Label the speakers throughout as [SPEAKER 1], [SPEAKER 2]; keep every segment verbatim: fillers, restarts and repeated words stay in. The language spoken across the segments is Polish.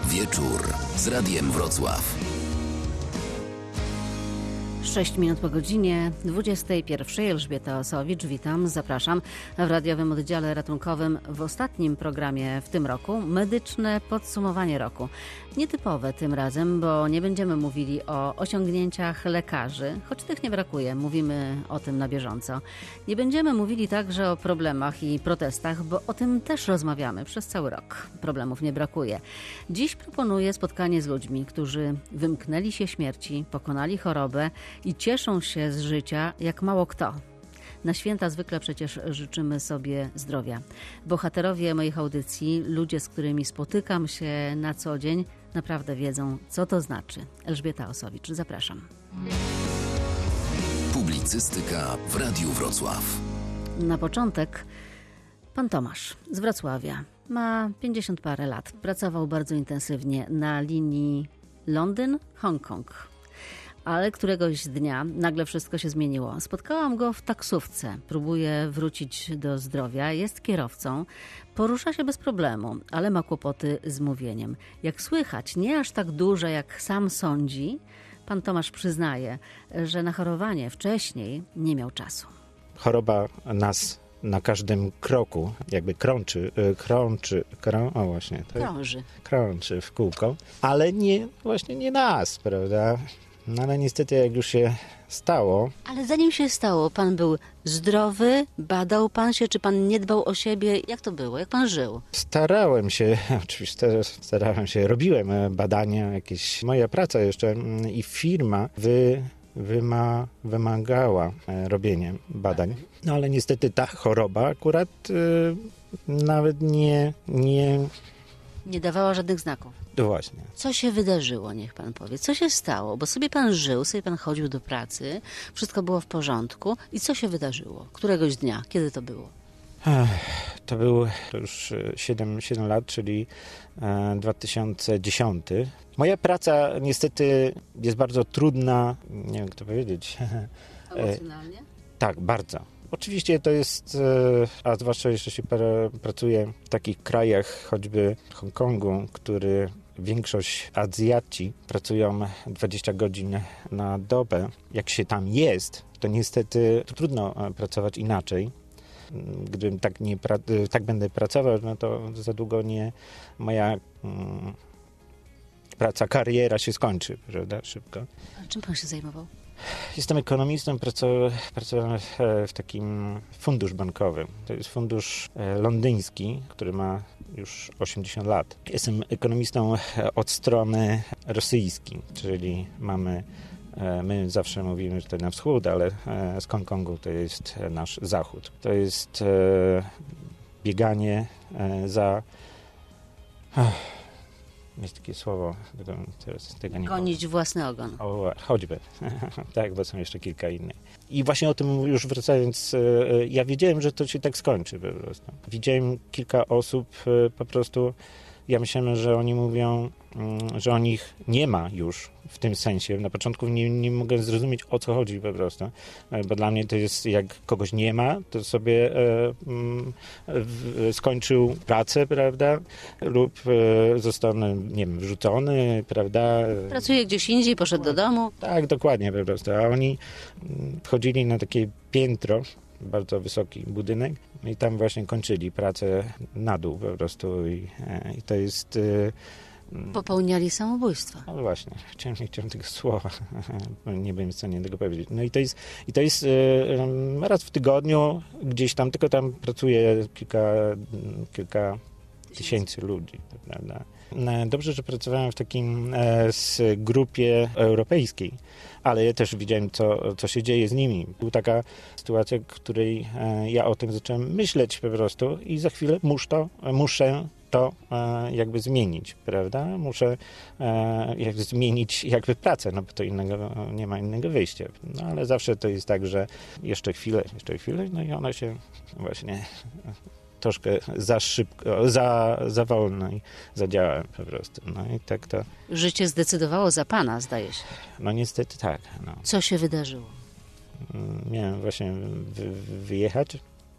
[SPEAKER 1] Wieczór z Radiem Wrocław.
[SPEAKER 2] sześć minut po godzinie dwudziestej pierwszej. Elżbieta Osowicz, witam, zapraszam w radiowym oddziale ratunkowym w ostatnim programie w tym roku. Medyczne podsumowanie roku. Nietypowe tym razem, bo nie będziemy mówili o osiągnięciach lekarzy, choć tych nie brakuje, mówimy o tym na bieżąco. Nie będziemy mówili także o problemach i protestach, bo o tym też rozmawiamy przez cały rok. Problemów nie brakuje. Dziś proponuję spotkanie z ludźmi, którzy wymknęli się śmierci, pokonali chorobę i cieszą się z życia jak mało kto. Na święta zwykle przecież życzymy sobie zdrowia. Bohaterowie moich audycji, ludzie, z którymi spotykam się na co dzień, naprawdę wiedzą, co to znaczy. Elżbieta Osowicz, zapraszam.
[SPEAKER 1] Publicystyka w Radiu Wrocław.
[SPEAKER 2] Na początek pan Tomasz z Wrocławia. Ma pięćdziesiąt parę lat. Pracował bardzo intensywnie na linii Londyn-Hongkong. Ale któregoś dnia nagle wszystko się zmieniło. Spotkałam go w taksówce. Próbuje wrócić do zdrowia. Jest kierowcą. Porusza się bez problemu, ale ma kłopoty z mówieniem. Jak słychać, nie aż tak duże, jak sam sądzi. Pan Tomasz przyznaje, że na chorowanie wcześniej nie miał czasu.
[SPEAKER 3] Choroba nas na każdym kroku jakby krączy, krączy, krą, o właśnie. To
[SPEAKER 2] Krąży.
[SPEAKER 3] Krączy w kółko, ale nie, właśnie nie nas, prawda? No ale niestety jak już się stało...
[SPEAKER 2] Ale zanim się stało, pan był zdrowy, badał pan się, czy pan nie dbał o siebie? Jak to było? Jak pan żył?
[SPEAKER 3] Starałem się, oczywiście starałem się, robiłem badania jakieś. Moja praca jeszcze i firma wy, wyma, wymagała robienia badań. No ale niestety ta choroba akurat y, nawet nie... nie
[SPEAKER 2] Nie dawała żadnych znaków.
[SPEAKER 3] No właśnie.
[SPEAKER 2] Co się wydarzyło, niech pan powie? Co się stało? Bo sobie pan żył, sobie pan chodził do pracy, wszystko było w porządku. I co się wydarzyło? Któregoś dnia? Kiedy to było?
[SPEAKER 3] Ech, to był już siedem, siedem lat, czyli e, dwa tysiące dziesiąty. Moja praca niestety jest bardzo trudna, nie wiem jak to powiedzieć.
[SPEAKER 2] Emocjonalnie?
[SPEAKER 3] E, tak, bardzo. Oczywiście to jest, a zwłaszcza jeszcze się pracuje w takich krajach, choćby Hongkongu, który większość Azjaci pracują dwadzieścia godzin na dobę. Jak się tam jest, to niestety to trudno pracować inaczej. Gdybym tak, nie, tak będę pracował, no to za długo nie moja um, praca, kariera się skończy, prawda, szybko.
[SPEAKER 2] A czym pan się zajmował?
[SPEAKER 3] Jestem ekonomistą, pracowałem w takim fundusz bankowym. To jest fundusz londyński, który ma już osiemdziesiąt lat. Jestem ekonomistą od strony rosyjskiej, czyli mamy, my zawsze mówimy, że to na wschód, ale z Hongkongu to jest nasz zachód. To jest bieganie za... Jest takie słowo, teraz tego nie
[SPEAKER 2] Gonić
[SPEAKER 3] powiem.
[SPEAKER 2] własny ogon.
[SPEAKER 3] O, choćby. Tak, bo są jeszcze kilka innych. I właśnie o tym już wracając, ja wiedziałem, że to się tak skończy po prostu. Widziałem kilka osób po prostu, ja myślałem, że oni mówią, że o nich nie ma już w tym sensie. Na początku nie, nie mogę zrozumieć, o co chodzi po prostu. Bo dla mnie to jest, jak kogoś nie ma, to sobie e, e, skończył pracę, prawda? Lub e, został, nie wiem, wrzucony, prawda?
[SPEAKER 2] Pracuje gdzieś indziej, poszedł do domu.
[SPEAKER 3] Tak, dokładnie po prostu. A oni wchodzili na takie piętro, bardzo wysoki budynek i tam właśnie kończyli pracę na dół po prostu i, i to jest...
[SPEAKER 2] Popełniali samobójstwo.
[SPEAKER 3] No właśnie, chciałem, nie chciałem tego słowa, nie byłem w stanie tego powiedzieć. No i to jest, i to jest raz w tygodniu gdzieś tam, tylko tam pracuje kilka, kilka tysięcy ludzi, prawda? Dobrze, że pracowałem w takim z grupie europejskiej, ale ja też widziałem, co, co się dzieje z nimi. Była taka sytuacja, w której ja o tym zacząłem myśleć po prostu i za chwilę muszę to, muszę to jakby zmienić, prawda? Muszę jakby zmienić jakby pracę, no bo to innego, nie ma innego wyjścia. No ale zawsze to jest tak, że jeszcze chwilę, jeszcze chwilę, no i ona się właśnie... troszkę za szybko, za, za wolno i zadziałałem po prostu. No i tak to...
[SPEAKER 2] Życie zdecydowało za pana, zdaje się.
[SPEAKER 3] No niestety tak. No.
[SPEAKER 2] Co się wydarzyło?
[SPEAKER 3] Miałem właśnie wy, wyjechać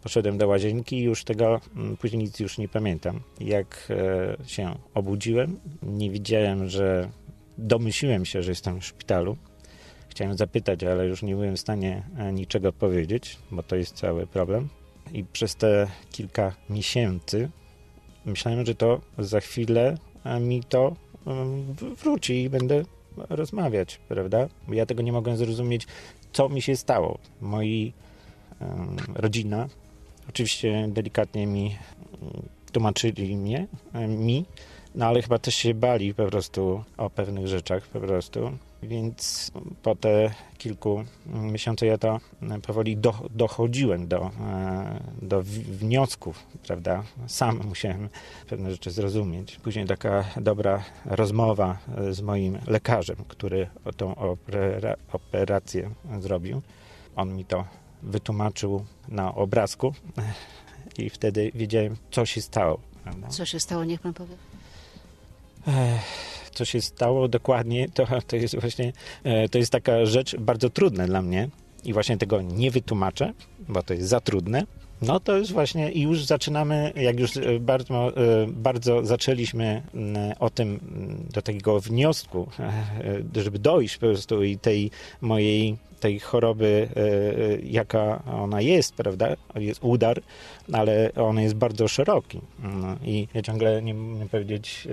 [SPEAKER 3] poszedłem do łazienki i już tego, później nic już nie pamiętam. Jak się obudziłem, nie wiedziałem, że domyśliłem się, że jestem w szpitalu. Chciałem zapytać, ale już nie byłem w stanie niczego powiedzieć, bo to jest cały problem. I przez te kilka miesięcy myślałem, że to za chwilę mi to wróci i będę rozmawiać, prawda? Bo ja tego nie mogłem zrozumieć, co mi się stało. Moi um, rodzina oczywiście delikatnie mi tłumaczyli mnie, mi, no ale chyba też się bali po prostu o pewnych rzeczach po prostu. Więc po te kilku miesiącach ja to powoli do, dochodziłem do, do wniosków, prawda? Sam musiałem pewne rzeczy zrozumieć. Później taka dobra rozmowa z moim lekarzem, który tą opera, operację zrobił. On mi to wytłumaczył na obrazku i wtedy wiedziałem, co się stało. Prawda?
[SPEAKER 2] Co się stało, niech pan powie?
[SPEAKER 3] Ech. Co się stało dokładnie, to, to jest właśnie, to jest taka rzecz bardzo trudna dla mnie i właśnie tego nie wytłumaczę, bo to jest za trudne. No to już właśnie i już zaczynamy, jak już bardzo, bardzo zaczęliśmy o tym, do takiego wniosku, żeby dojść po prostu i tej mojej, tej choroby, jaka ona jest, prawda, jest udar, ale on jest bardzo szeroki. No, i ja ciągle nie mogę powiedzieć,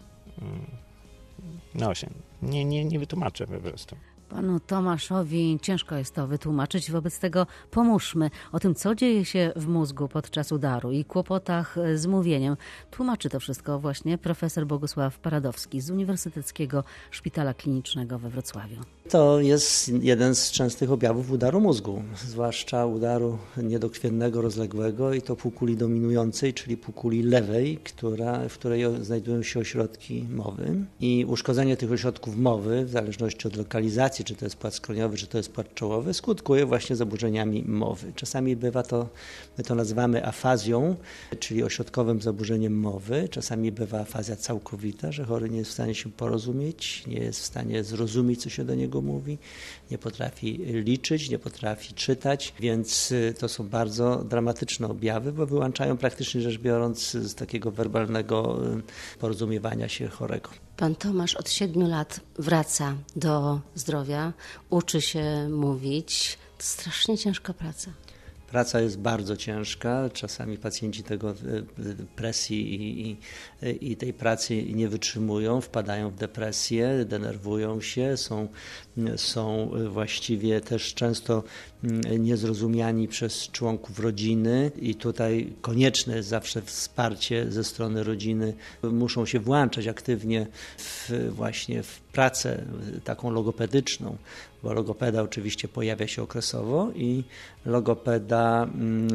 [SPEAKER 3] no się, nie, nie, nie wytłumaczę po prostu.
[SPEAKER 2] Panu Tomaszowi ciężko jest to wytłumaczyć, wobec tego pomóżmy. O tym, co dzieje się w mózgu podczas udaru i kłopotach z mówieniem, tłumaczy to wszystko właśnie profesor Bogusław Paradowski z Uniwersyteckiego Szpitala Klinicznego we Wrocławiu.
[SPEAKER 4] To jest jeden z częstych objawów udaru mózgu, zwłaszcza udaru niedokrwiennego, rozległego i to półkuli dominującej, czyli półkuli lewej, która, w której znajdują się ośrodki mowy. I uszkodzenie tych ośrodków mowy, w zależności od lokalizacji, czy to jest płat skroniowy, czy to jest płat czołowy, skutkuje właśnie zaburzeniami mowy. Czasami bywa to, my to nazywamy afazją, czyli ośrodkowym zaburzeniem mowy. Czasami bywa afazja całkowita, że chory nie jest w stanie się porozumieć, nie jest w stanie zrozumieć, co się do niego mówi, nie potrafi liczyć, nie potrafi czytać, więc to są bardzo dramatyczne objawy, bo wyłączają praktycznie rzecz biorąc z takiego werbalnego porozumiewania się chorego.
[SPEAKER 5] Pan Tomasz od siedmiu lat wraca do zdrowia, uczy się mówić. To strasznie ciężka praca.
[SPEAKER 4] Praca jest bardzo ciężka, czasami pacjenci tego presji i, i, i tej pracy nie wytrzymują, wpadają w depresję, denerwują się, są, są właściwie też często niezrozumiani przez członków rodziny i tutaj konieczne jest zawsze wsparcie ze strony rodziny. Muszą się włączać aktywnie w, właśnie w pracę taką logopedyczną, bo logopeda oczywiście pojawia się okresowo i logopeda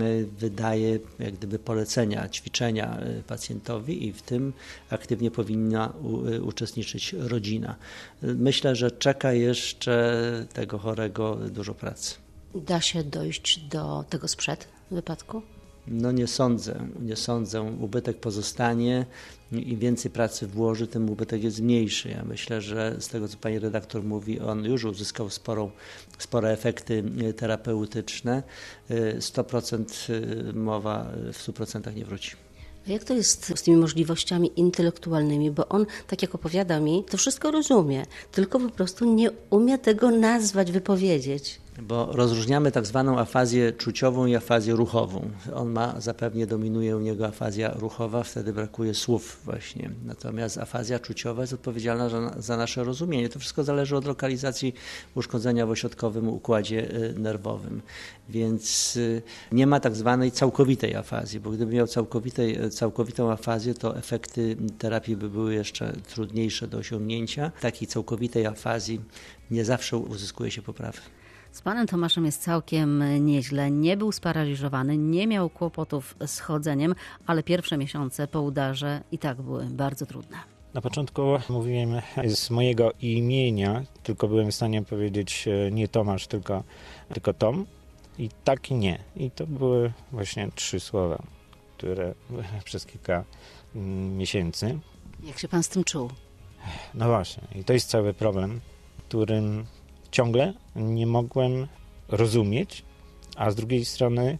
[SPEAKER 4] wydaje jak gdyby polecenia, ćwiczenia pacjentowi i w tym aktywnie powinna u, uczestniczyć rodzina. Myślę, że czeka jeszcze tego chorego dużo pracy.
[SPEAKER 5] Da się dojść do tego sprzed wypadku?
[SPEAKER 4] No nie sądzę, nie sądzę. Ubytek pozostanie. Im więcej pracy włoży, tym ubytek jest mniejszy. Ja myślę, że z tego, co pani redaktor mówi, on już uzyskał sporą, spore efekty terapeutyczne. sto procent mowa w stu procentach nie wróci.
[SPEAKER 5] A jak to jest z tymi możliwościami intelektualnymi? Bo on, tak jak opowiada mi, to wszystko rozumie, tylko po prostu nie umie tego nazwać, wypowiedzieć.
[SPEAKER 4] Bo rozróżniamy tak zwaną afazję czuciową i afazję ruchową. On ma, zapewnie dominuje u niego afazja ruchowa, wtedy brakuje słów właśnie. Natomiast afazja czuciowa jest odpowiedzialna za, za nasze rozumienie. To wszystko zależy od lokalizacji uszkodzenia w ośrodkowym układzie nerwowym. Więc nie ma tak zwanej całkowitej afazji, bo gdyby miał całkowitej, całkowitą afazję, to efekty terapii by były jeszcze trudniejsze do osiągnięcia. Takiej całkowitej afazji nie zawsze uzyskuje się poprawę.
[SPEAKER 2] Z panem Tomaszem jest całkiem nieźle. Nie był sparaliżowany, nie miał kłopotów z chodzeniem, ale pierwsze miesiące po udarze i tak były bardzo trudne.
[SPEAKER 3] Na początku mówiłem z mojego imienia, tylko byłem w stanie powiedzieć nie Tomasz, tylko, tylko Tom. I tak i nie. I to były właśnie trzy słowa, które przez kilka miesięcy.
[SPEAKER 2] Jak się pan z tym czuł?
[SPEAKER 3] No właśnie. I to jest cały problem, którym ciągle nie mogłem rozumieć, a z drugiej strony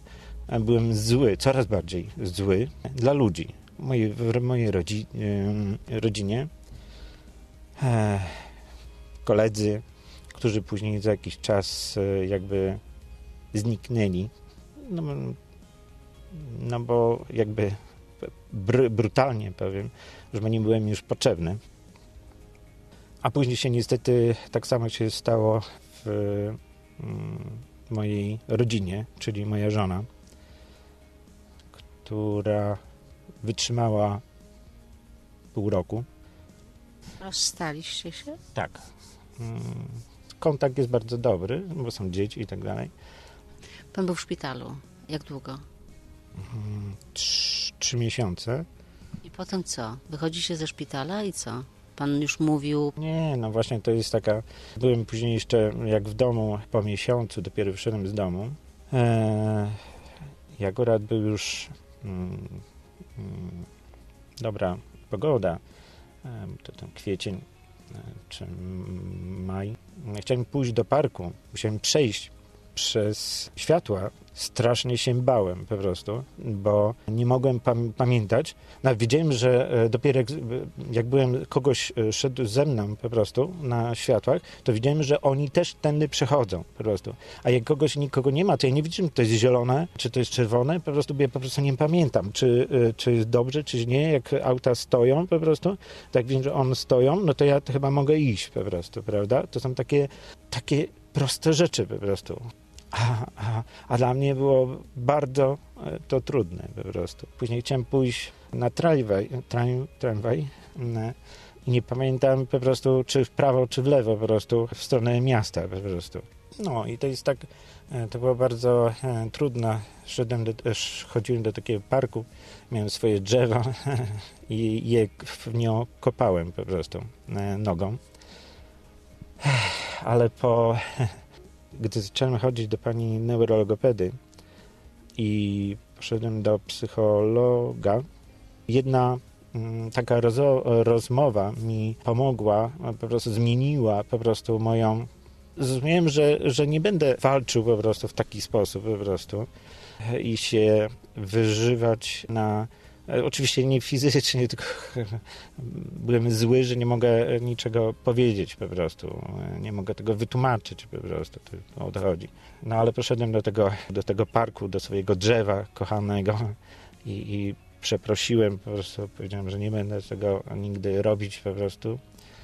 [SPEAKER 3] byłem zły, coraz bardziej zły dla ludzi. Moje, w mojej rodzi, rodzinie e, koledzy, którzy później za jakiś czas e, jakby zniknęli, no, no bo jakby br, brutalnie powiem, że nie byłem już potrzebny. A później się niestety tak samo się stało w mm, mojej rodzinie, czyli moja żona, która wytrzymała pół roku.
[SPEAKER 2] Rozstaliście się?
[SPEAKER 3] Tak. Mm, kontakt jest bardzo dobry, bo są dzieci i tak dalej.
[SPEAKER 2] Pan był w szpitalu. Jak długo?
[SPEAKER 3] Mm, Trzy, trzy miesiące.
[SPEAKER 2] I potem co? Wychodzi się ze szpitala i co? Pan już mówił...
[SPEAKER 3] Nie, no właśnie to jest taka... Byłem później jeszcze jak w domu po miesiącu, dopiero wyszedłem z domu. Eee, I akurat był już mm, mm, dobra pogoda. Eee, to ten kwiecień e, czy maj. Chciałem pójść do parku. Musiałem przejść przez światła. Strasznie się bałem po prostu, bo nie mogłem pam- pamiętać. Nawet wiedziałem, że e, dopiero jak, jak byłem, kogoś e, szedł ze mną po prostu na światłach, to widziałem, że oni też tędy przechodzą po prostu. A jak kogoś, nikogo nie ma, to ja nie widzę, czy to jest zielone, czy to jest czerwone, po prostu, bo ja po prostu nie pamiętam, czy, e, czy jest dobrze, czy nie. Jak auta stoją po prostu, tak wiem, że one stoją, no to ja to chyba mogę iść po prostu, prawda? To są takie, takie proste rzeczy po prostu. A, a, a dla mnie było bardzo to trudne po prostu. Później chciałem pójść na tramwaj, tram, tramwaj ne, i nie pamiętam po prostu, czy w prawo, czy w lewo po prostu, w stronę miasta po prostu. No i to jest tak, to było bardzo e, trudne. Szedłem do, chodziłem do takiego parku, miałem swoje drzewo i je w nią kopałem po prostu e, nogą. Ale po... Gdy zacząłem chodzić do pani neurologopedy i poszedłem do psychologa, jedna mm, taka rozo- rozmowa mi pomogła, po prostu zmieniła po prostu moją... Zrozumiałem, że, że nie będę walczył po prostu w taki sposób po prostu i się wyżywać na... Oczywiście nie fizycznie, tylko byłem zły, że nie mogę niczego powiedzieć po prostu. Nie mogę tego wytłumaczyć po prostu. To o to chodzi. No ale poszedłem do tego, do tego parku, do swojego drzewa kochanego i, i przeprosiłem po prostu. Powiedziałem, że nie będę tego nigdy robić po prostu.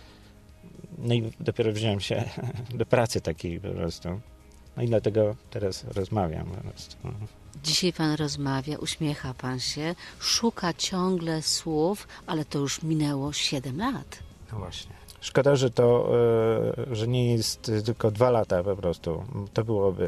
[SPEAKER 3] No i dopiero wziąłem się do pracy takiej po prostu. No i dlatego teraz rozmawiam po prostu.
[SPEAKER 2] Dzisiaj pan rozmawia, uśmiecha pan się, szuka ciągle słów, ale to już minęło siedem lat.
[SPEAKER 3] No właśnie. Szkoda, że to, e, że nie jest tylko dwa lata po prostu. To byłoby...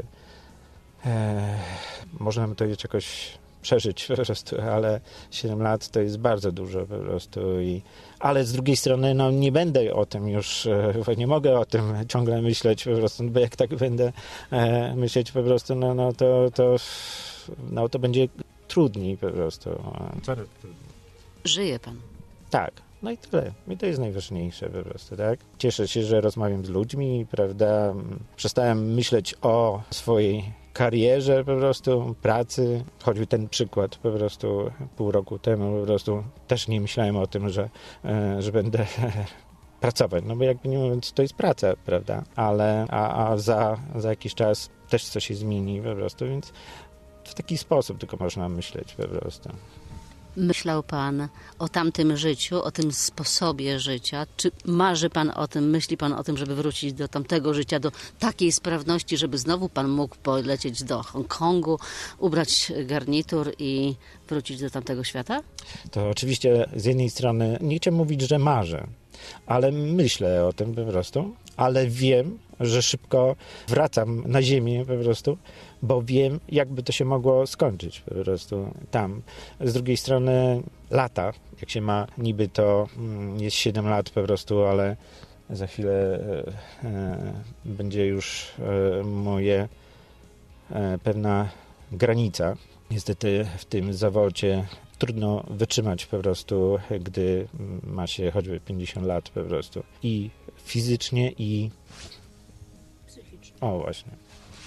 [SPEAKER 3] E, można by to jeszcze jakoś przeżyć po prostu, ale siedem lat to jest bardzo dużo po prostu. I, ale z drugiej strony no, nie będę o tym już, e, nie mogę o tym ciągle myśleć po prostu, bo jak tak będę e, myśleć po prostu, no, no to, to, no, to będzie trudniej po prostu. Coraz trudniej.
[SPEAKER 2] Żyje pan.
[SPEAKER 3] Tak. No i tyle. I to jest najważniejsze po prostu, tak? Cieszę się, że rozmawiam z ludźmi, prawda? Przestałem myśleć o swojej karierze po prostu, pracy. Choćby ten przykład po prostu pół roku temu po prostu też nie myślałem o tym, że, że będę pracować. No bo jakby nie mówiąc, to jest praca, prawda? Ale a, a za, za jakiś czas też coś się zmieni po prostu, więc w taki sposób tylko można myśleć po prostu.
[SPEAKER 2] Myślał pan o tamtym życiu, o tym sposobie życia? Czy marzy pan o tym, myśli pan o tym, żeby wrócić do tamtego życia, do takiej sprawności, żeby znowu pan mógł polecieć do Hongkongu, ubrać garnitur i wrócić do tamtego świata?
[SPEAKER 3] To oczywiście z jednej strony nie chcę mówić, że marzę, ale myślę o tym po prostu, ale wiem, że szybko wracam na ziemię po prostu, bo wiem, jakby to się mogło skończyć po prostu tam. Z drugiej strony lata, jak się ma, niby to jest siedem lat po prostu, ale za chwilę e, e, będzie już e, moje e, pewna granica. Niestety w tym zawodzie trudno wytrzymać po prostu, gdy ma się choćby pięćdziesiąt lat po prostu. I fizycznie, i... O, właśnie.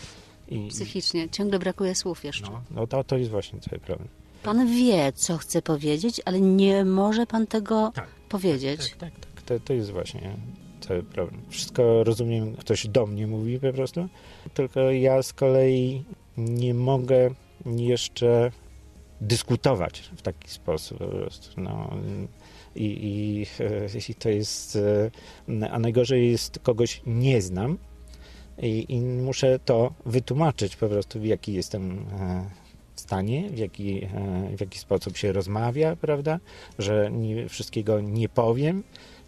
[SPEAKER 3] I,
[SPEAKER 2] Psychicznie. Ciągle brakuje słów jeszcze.
[SPEAKER 3] no, no to, to jest właśnie cały problem.
[SPEAKER 5] Pan wie, co chce powiedzieć, ale nie może pan tego
[SPEAKER 3] Tak.
[SPEAKER 5] powiedzieć.
[SPEAKER 3] Tak, tak, tak. To, to jest właśnie cały problem. Wszystko rozumiem, ktoś do mnie mówi po prostu, tylko ja z kolei nie mogę jeszcze dyskutować w taki sposób po prostu. No. I, i, I to jest... A najgorzej jest, kogoś nie znam i, i muszę to wytłumaczyć po prostu, w jaki jestem w stanie, w jaki, w jaki sposób się rozmawia, prawda, że nie, wszystkiego nie powiem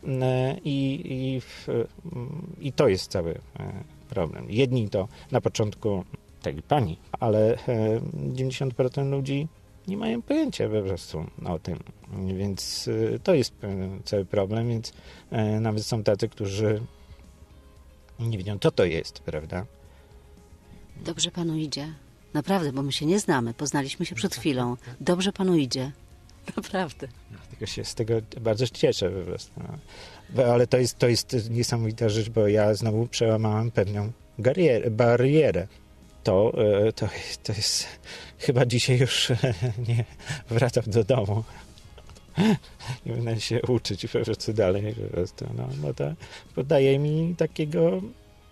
[SPEAKER 3] i, i, i to jest cały problem. Jedni to na początku, tak i pani, ale dziewięćdziesiąt procent ludzi nie mają pojęcia po prostu o tym, więc to jest cały problem, więc nawet są tacy, którzy nie wiedzą, co to jest, prawda?
[SPEAKER 2] Dobrze panu idzie. Naprawdę, bo my się nie znamy. Poznaliśmy się przed chwilą. Dobrze panu idzie. Naprawdę.
[SPEAKER 3] Tylko się z tego bardzo cieszę po prostu. No. Ale to jest, to jest niesamowita rzecz, bo ja znowu przełamałem pewną barierę. barierę. To, to, to jest... Chyba dzisiaj już nie wracam do domu. Nie będę się uczyć po prostu dalej. Po prostu, no, bo to podaje mi takiego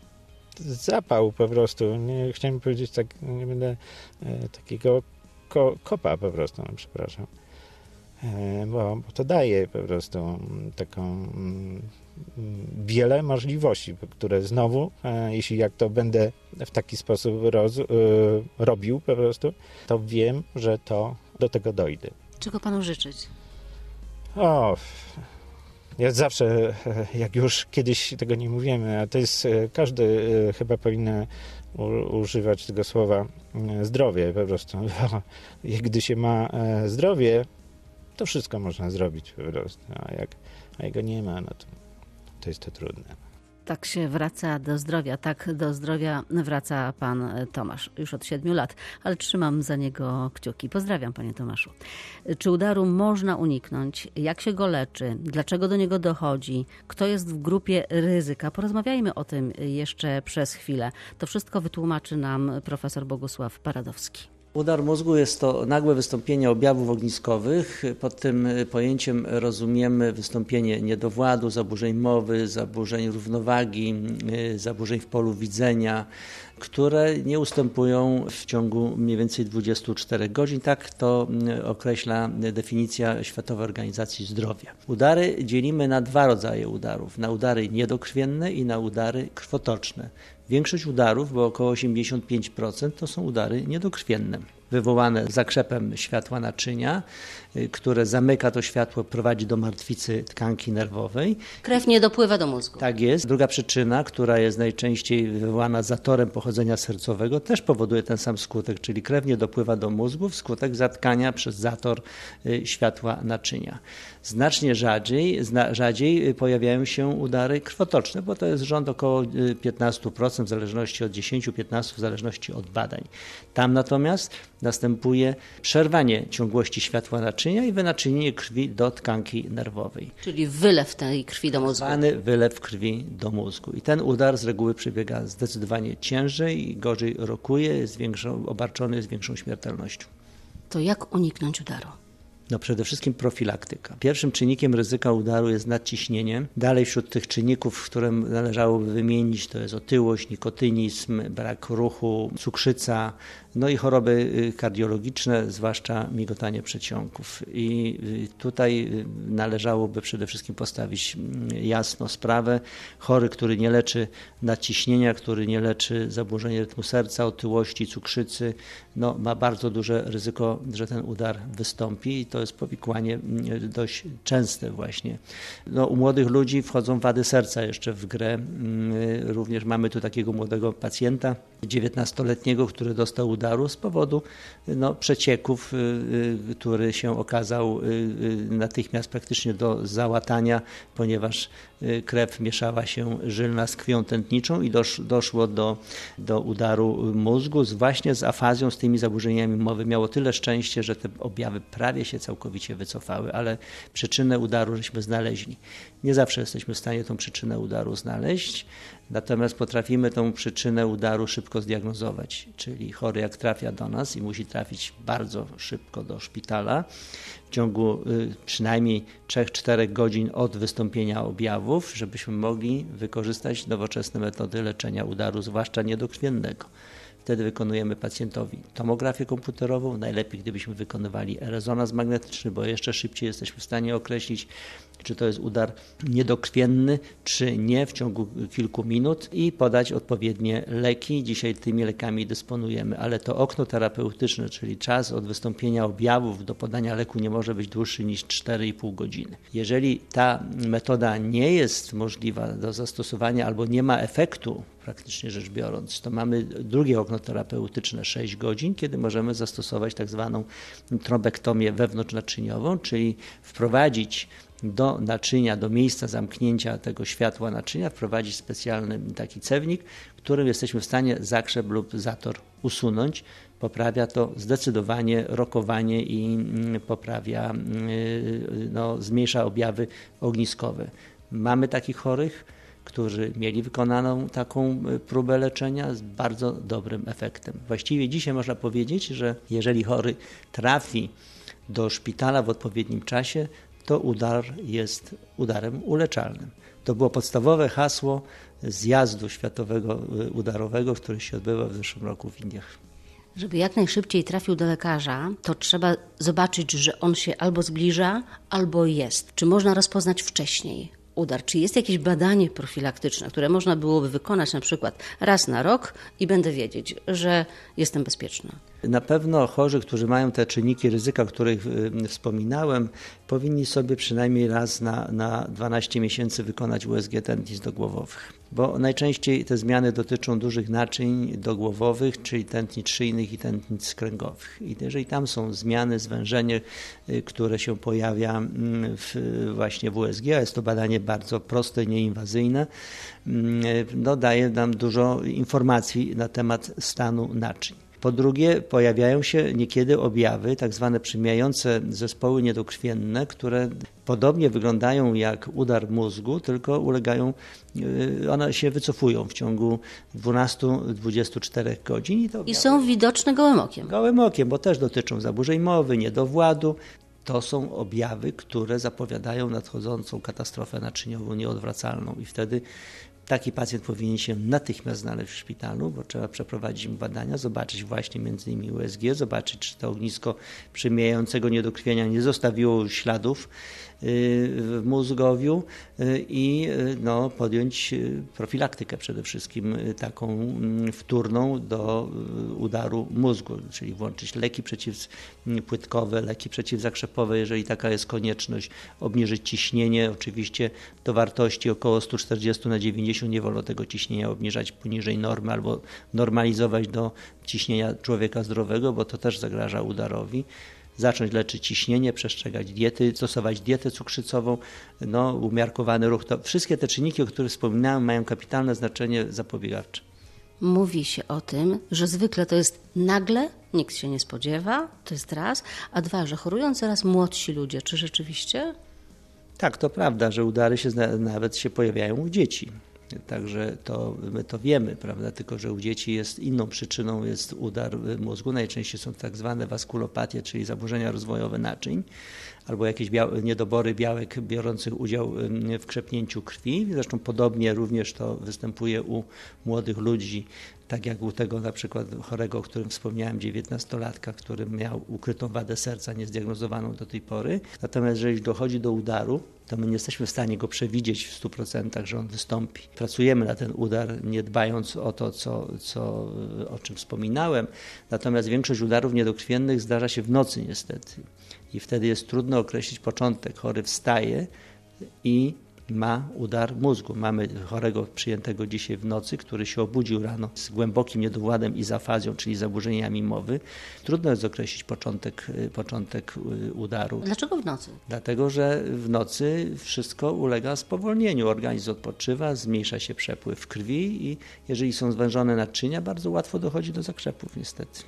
[SPEAKER 3] zapał po prostu. Nie chciałem powiedzieć tak, nie będę e, takiego ko, kopa po prostu, no, przepraszam. E, bo, bo to daje po prostu taką mm, wiele możliwości, które znowu, e, jeśli jak to będę w taki sposób roz, e, robił po prostu, to wiem, że to do tego dojdę.
[SPEAKER 2] Czego panu życzyć?
[SPEAKER 3] O, ja zawsze, jak już kiedyś tego nie mówimy, a to jest, każdy chyba powinien u, używać tego słowa zdrowie po prostu. Gdy się ma zdrowie, to wszystko można zrobić po prostu, a jak, a jak go nie ma, no to, to jest to trudne.
[SPEAKER 2] Tak się wraca do zdrowia, tak do zdrowia wraca pan Tomasz już od siedmiu lat, ale trzymam za niego kciuki. Pozdrawiam, panie Tomaszu. Czy udaru można uniknąć? Jak się go leczy? Dlaczego do niego dochodzi? Kto jest w grupie ryzyka? Porozmawiajmy o tym jeszcze przez chwilę. To wszystko wytłumaczy nam profesor Bogusław Paradowski.
[SPEAKER 4] Udar mózgu jest to nagłe wystąpienie objawów ogniskowych. Pod tym pojęciem rozumiemy wystąpienie niedowładu, zaburzeń mowy, zaburzeń równowagi, zaburzeń w polu widzenia, które nie ustępują w ciągu mniej więcej dwudziestu czterech godzin. Tak to określa definicja Światowej Organizacji Zdrowia. Udary dzielimy na dwa rodzaje udarów. Na udary niedokrwienne i na udary krwotoczne. Większość udarów, bo około osiemdziesiąt pięć procent, to są udary niedokrwienne, wywołane zakrzepem światła naczynia, które zamyka to światło, prowadzi do martwicy tkanki nerwowej.
[SPEAKER 5] Krew nie dopływa do mózgu.
[SPEAKER 4] Tak jest. Druga przyczyna, która jest najczęściej wywołana zatorem pochodzenia sercowego, też powoduje ten sam skutek, czyli krew nie dopływa do mózgu wskutek zatkania przez zator światła naczynia. Znacznie rzadziej, zna, rzadziej pojawiają się udary krwotoczne, bo to jest rząd około piętnaście procent w zależności od dziesięć do piętnastu procent w zależności od badań. Tam natomiast następuje przerwanie ciągłości światła naczynia i wynaczynienie krwi do tkanki nerwowej.
[SPEAKER 5] Czyli wylew tej krwi do mózgu.
[SPEAKER 4] Zwany wylew krwi do mózgu. I ten udar z reguły przebiega zdecydowanie ciężej i gorzej rokuje, jest większą, obarczony jest większą śmiertelnością.
[SPEAKER 5] To jak uniknąć udaru?
[SPEAKER 4] No przede wszystkim profilaktyka. Pierwszym czynnikiem ryzyka udaru jest nadciśnienie. Dalej wśród tych czynników, które należałoby wymienić, to jest otyłość, nikotynizm, brak ruchu, cukrzyca, no i choroby kardiologiczne, zwłaszcza migotanie przedsionków. I tutaj należałoby przede wszystkim postawić jasno sprawę. Chory, który nie leczy nadciśnienia, który nie leczy zaburzeń rytmu serca, otyłości, cukrzycy, no ma bardzo duże ryzyko, że ten udar wystąpi i to jest powikłanie dość częste właśnie. No, u młodych ludzi wchodzą wady serca jeszcze w grę. Również mamy tu takiego młodego pacjenta, dziewiętnastoletniego, który dostał udaru z powodu no, przecieków, który się okazał natychmiast praktycznie do załatania, ponieważ krew mieszała się żylna z krwią tętniczą i dosz, doszło do, do udaru mózgu z, właśnie z afazją, z tymi zaburzeniami mowy. Miało tyle szczęście, że te objawy prawie się całkowicie wycofały, ale przyczynę udaru żeśmy znaleźli. Nie zawsze jesteśmy w stanie tą przyczynę udaru znaleźć. Natomiast potrafimy tą przyczynę udaru szybko zdiagnozować, czyli chory jak trafia do nas i musi trafić bardzo szybko do szpitala, w ciągu y, przynajmniej trzy do czterech godzin od wystąpienia objawów, żebyśmy mogli wykorzystać nowoczesne metody leczenia udaru, zwłaszcza niedokrwiennego. Wtedy wykonujemy pacjentowi tomografię komputerową, najlepiej gdybyśmy wykonywali rezonans magnetyczny, bo jeszcze szybciej jesteśmy w stanie określić, czy to jest udar niedokrwienny, czy nie w ciągu kilku minut i podać odpowiednie leki. Dzisiaj tymi lekami dysponujemy, ale to okno terapeutyczne, czyli czas od wystąpienia objawów do podania leku nie może być dłuższy niż cztery i pół godziny. Jeżeli ta metoda nie jest możliwa do zastosowania albo nie ma efektu, praktycznie rzecz biorąc, to mamy drugie okno terapeutyczne sześć godzin, kiedy możemy zastosować tak zwaną trombektomię wewnątrznaczyniową, czyli wprowadzić do naczynia, do miejsca zamknięcia tego światła naczynia, wprowadzić specjalny taki cewnik, którym jesteśmy w stanie zakrzep lub zator usunąć. Poprawia to zdecydowanie rokowanie i poprawia, no, zmniejsza objawy ogniskowe. Mamy takich chorych, którzy mieli wykonaną taką próbę leczenia z bardzo dobrym efektem. Właściwie dzisiaj można powiedzieć, że jeżeli chory trafi do szpitala w odpowiednim czasie, to udar jest udarem uleczalnym. To było podstawowe hasło zjazdu światowego udarowego, który się odbywał w zeszłym roku w Indiach.
[SPEAKER 5] Żeby jak najszybciej trafił do lekarza, to trzeba zobaczyć, że on się albo zbliża, albo jest. Czy można rozpoznać wcześniej udar? Czy jest jakieś badanie profilaktyczne, które można byłoby wykonać na przykład raz na rok i będę wiedzieć, że jestem bezpieczna?
[SPEAKER 4] Na pewno chorzy, którzy mają te czynniki ryzyka, o których wspominałem, powinni sobie przynajmniej raz na, na dwanaście miesięcy wykonać U S G tętnic dogłowowych. Bo najczęściej te zmiany dotyczą dużych naczyń dogłowowych, czyli tętnic szyjnych i tętnic kręgowych. I jeżeli tam są zmiany, zwężenie, które się pojawia w, właśnie w U S G, a jest to badanie bardzo proste, nieinwazyjne, no daje nam dużo informacji na temat stanu naczyń. Po drugie, pojawiają się niekiedy objawy, tak zwane przymijające zespoły niedokrwienne, które podobnie wyglądają jak udar mózgu, tylko ulegają, one się wycofują w ciągu dwunastu do dwudziestu czterech godzin. I, to
[SPEAKER 5] I są widoczne gołym okiem.
[SPEAKER 4] Gołym okiem, bo też dotyczą zaburzeń mowy, niedowładu. To są objawy, które zapowiadają nadchodzącą katastrofę naczyniową nieodwracalną i wtedy taki pacjent powinien się natychmiast znaleźć w szpitalu, bo trzeba przeprowadzić mu badania, zobaczyć właśnie między innymi U S G, zobaczyć, czy to ognisko przymijającego niedokrwienia nie zostawiło śladów w mózgowiu i no, podjąć profilaktykę przede wszystkim taką wtórną do udaru mózgu, czyli włączyć leki przeciwpłytkowe, leki przeciwzakrzepowe, jeżeli taka jest konieczność, obniżyć ciśnienie, oczywiście do wartości około sto czterdzieści na dziewięćdziesiąt, nie wolno tego ciśnienia obniżać poniżej normy albo normalizować do ciśnienia człowieka zdrowego, bo to też zagraża udarowi. Zacząć leczyć ciśnienie, przestrzegać diety, stosować dietę cukrzycową, no, umiarkowany ruch. To wszystkie te czynniki, o których wspominałem, mają kapitalne znaczenie zapobiegawcze.
[SPEAKER 5] Mówi się o tym, że zwykle to jest nagle, nikt się nie spodziewa, to jest raz, a dwa, że chorują coraz młodsi ludzie. Czy rzeczywiście?
[SPEAKER 4] Tak, to prawda, że udary się nawet się pojawiają u dzieci. Także to my to wiemy, prawda? Tylko że u dzieci jest inną przyczyną jest udar mózgu. Najczęściej są tak zwane waskulopatie, czyli zaburzenia rozwojowe naczyń, albo jakieś białe, niedobory białek biorących udział w krzepnięciu krwi. Zresztą podobnie również to występuje u młodych ludzi, tak jak u tego na przykład chorego, o którym wspomniałem, dziewiętnastolatka, który miał ukrytą wadę serca niezdiagnozowaną do tej pory. Natomiast jeżeli dochodzi do udaru, to my nie jesteśmy w stanie go przewidzieć w stu procentach, że on wystąpi. Pracujemy na ten udar, nie dbając o to, co, co, o czym wspominałem. Natomiast większość udarów niedokrwiennych zdarza się w nocy niestety. I wtedy jest trudno określić początek. Chory wstaje i ma udar mózgu. Mamy chorego przyjętego dzisiaj w nocy, który się obudził rano z głębokim niedowładem i zafazją, czyli zaburzeniami mowy. Trudno jest określić początek, początek udaru.
[SPEAKER 5] Dlaczego w nocy?
[SPEAKER 4] Dlatego, że w nocy wszystko ulega spowolnieniu. Organizm odpoczywa, zmniejsza się przepływ krwi i jeżeli są zwężone naczynia, bardzo łatwo dochodzi do zakrzepów niestety.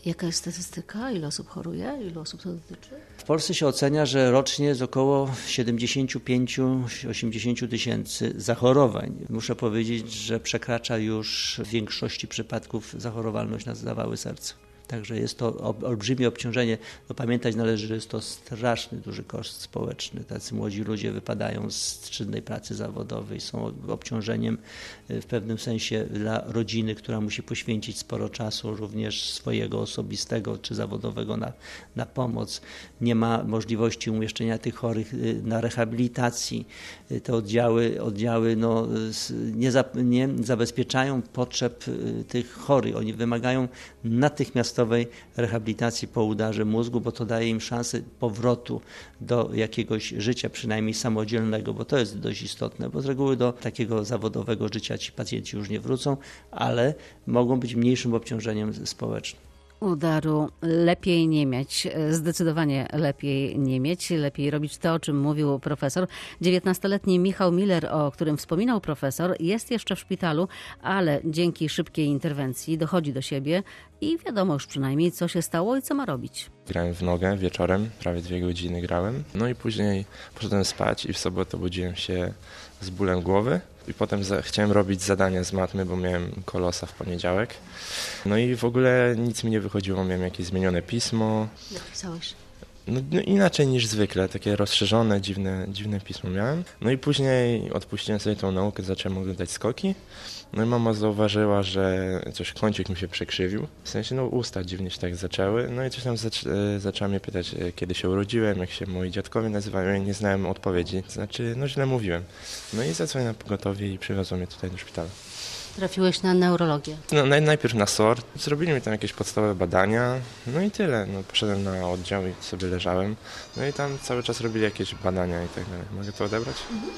[SPEAKER 5] Jaka jest statystyka? Ile osób choruje? Ile osób to dotyczy?
[SPEAKER 4] W Polsce się ocenia, że rocznie jest około siedemdziesiąt pięć do osiemdziesięciu tysięcy zachorowań. Muszę powiedzieć, że przekracza już w większości przypadków zachorowalność na zawały serca. Także jest to olbrzymie obciążenie. No, pamiętać należy, że jest to straszny duży koszt społeczny. Tacy młodzi ludzie wypadają z czynnej pracy zawodowej, są obciążeniem w pewnym sensie dla rodziny, która musi poświęcić sporo czasu, również swojego osobistego czy zawodowego na, na pomoc. Nie ma możliwości umieszczenia tych chorych na rehabilitacji. Te oddziały, oddziały no, nie, za, nie zabezpieczają potrzeb tych chorych. Oni wymagają natychmiast rehabilitacji po udarze mózgu, bo to daje im szansę powrotu do jakiegoś życia, przynajmniej samodzielnego, bo to jest dość istotne, bo z reguły do takiego zawodowego życia ci pacjenci już nie wrócą, ale mogą być mniejszym obciążeniem społecznym.
[SPEAKER 2] Udaru lepiej nie mieć, zdecydowanie lepiej nie mieć, lepiej robić to, o czym mówił profesor. dziewiętnastoletni Michał Miller, o którym wspominał profesor, jest jeszcze w szpitalu, ale dzięki szybkiej interwencji dochodzi do siebie i wiadomo już przynajmniej, co się stało i co ma robić.
[SPEAKER 6] Grałem w nogę wieczorem, prawie dwie godziny grałem, no i później poszedłem spać i w sobotę budziłem się z bólem głowy. I potem za, chciałem robić zadania z matmy, bo miałem kolosa w poniedziałek. No i w ogóle nic mi nie wychodziło, miałem jakieś zmienione pismo.
[SPEAKER 5] Jak pisałeś?
[SPEAKER 6] No, no inaczej niż zwykle, takie rozszerzone, dziwne, dziwne pismo miałem. No i później odpuściłem sobie tą naukę, zacząłem oglądać skoki. No i mama zauważyła, że coś kącik mi się przekrzywił. W sensie, no usta dziwnie się tak zaczęły. No i coś tam zac zaczęła mnie pytać, kiedy się urodziłem, jak się moi dziadkowie nazywają. Ja nie znałem odpowiedzi, to znaczy, no źle mówiłem. No i zadzwoniłem na pogotowie i przywiozło mnie tutaj do szpitala.
[SPEAKER 5] Trafiłeś na neurologię?
[SPEAKER 6] No, naj najpierw na S O R, zrobili mi tam jakieś podstawowe badania, no i tyle. No, poszedłem na oddział i sobie leżałem. No i tam cały czas robili jakieś badania i tak dalej. Mogę to odebrać? Mhm.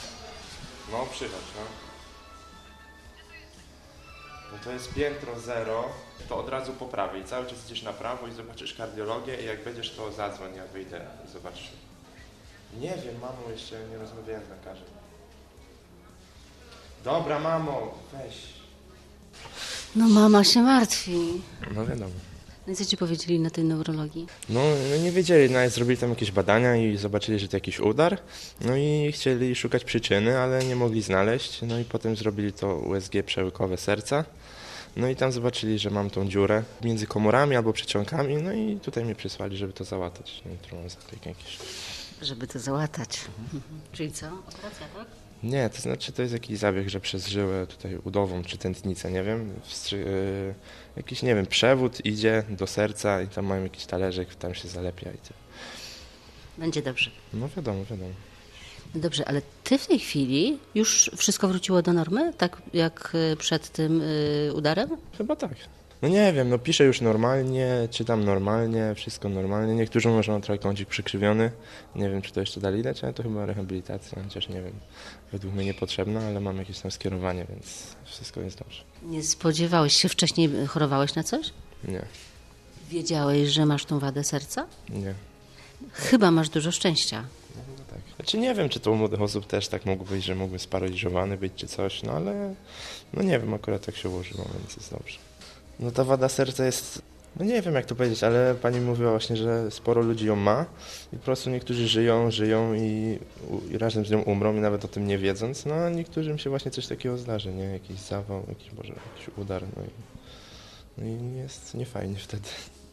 [SPEAKER 6] No, przychodź, no. No to jest piętro zero, to od razu po prawej. Cały czas idziesz na prawo i zobaczysz kardiologię i jak będziesz, to zadzwoń, ja wyjdę i zobaczysz. Nie wiem, mamo, jeszcze nie rozmawiałem z lekarzem. Dobra, mamo, weź.
[SPEAKER 5] No mama się martwi.
[SPEAKER 6] No wiadomo.
[SPEAKER 5] No i co ci powiedzieli na tej neurologii?
[SPEAKER 6] No, no nie wiedzieli, nawet zrobili tam jakieś badania i zobaczyli, że to jakiś udar. No i chcieli szukać przyczyny, ale nie mogli znaleźć. No i potem zrobili to U S G przełykowe serca. No i tam zobaczyli, że mam tą dziurę między komorami albo przeciągami. No i tutaj mnie przysłali, żeby to załatać. No i tu mam zabieg jakiś.
[SPEAKER 5] Żeby to załatać. Mhm. Czyli co? Operacja, tak?
[SPEAKER 6] Nie, to znaczy to jest jakiś zabieg, że przez żyłę tutaj udową czy tętnicę, nie wiem, wstrzy- yy, jakiś, nie wiem, przewód idzie do serca i tam mają jakiś talerzek, tam się zalepia i tyle.
[SPEAKER 5] Będzie dobrze.
[SPEAKER 6] No wiadomo, wiadomo.
[SPEAKER 5] No dobrze, ale ty w tej chwili już wszystko wróciło do normy, tak jak przed tym yy, udarem?
[SPEAKER 6] Chyba tak. No nie wiem, no piszę już normalnie, czytam normalnie, wszystko normalnie. Niektórzy mówią, że mam trochę kącik przykrzywiony. Nie wiem, czy to jeszcze dalej dać, ale to chyba rehabilitacja, chociaż nie wiem, według mnie niepotrzebna, ale mam jakieś tam skierowanie, więc wszystko jest dobrze.
[SPEAKER 5] Nie spodziewałeś się, wcześniej chorowałeś na coś?
[SPEAKER 6] Nie.
[SPEAKER 5] Wiedziałeś, że masz tą wadę serca?
[SPEAKER 6] Nie.
[SPEAKER 5] Chyba masz dużo szczęścia.
[SPEAKER 6] No, no tak. Znaczy nie wiem, czy to u młodych osób też tak mogło być, że mógłbym sparaliżowany być czy coś, no ale no nie wiem, akurat tak się ułożyło, więc jest dobrze. No ta wada serca jest, no nie wiem jak to powiedzieć, ale pani mówiła właśnie, że sporo ludzi ją ma i po prostu niektórzy żyją, żyją i, i razem z nią umrą i nawet o tym nie wiedząc, no a niektórym się właśnie coś takiego zdarzy, nie? Jakiś zawał, jakiś może jakiś udar, no i, no i jest niefajnie wtedy.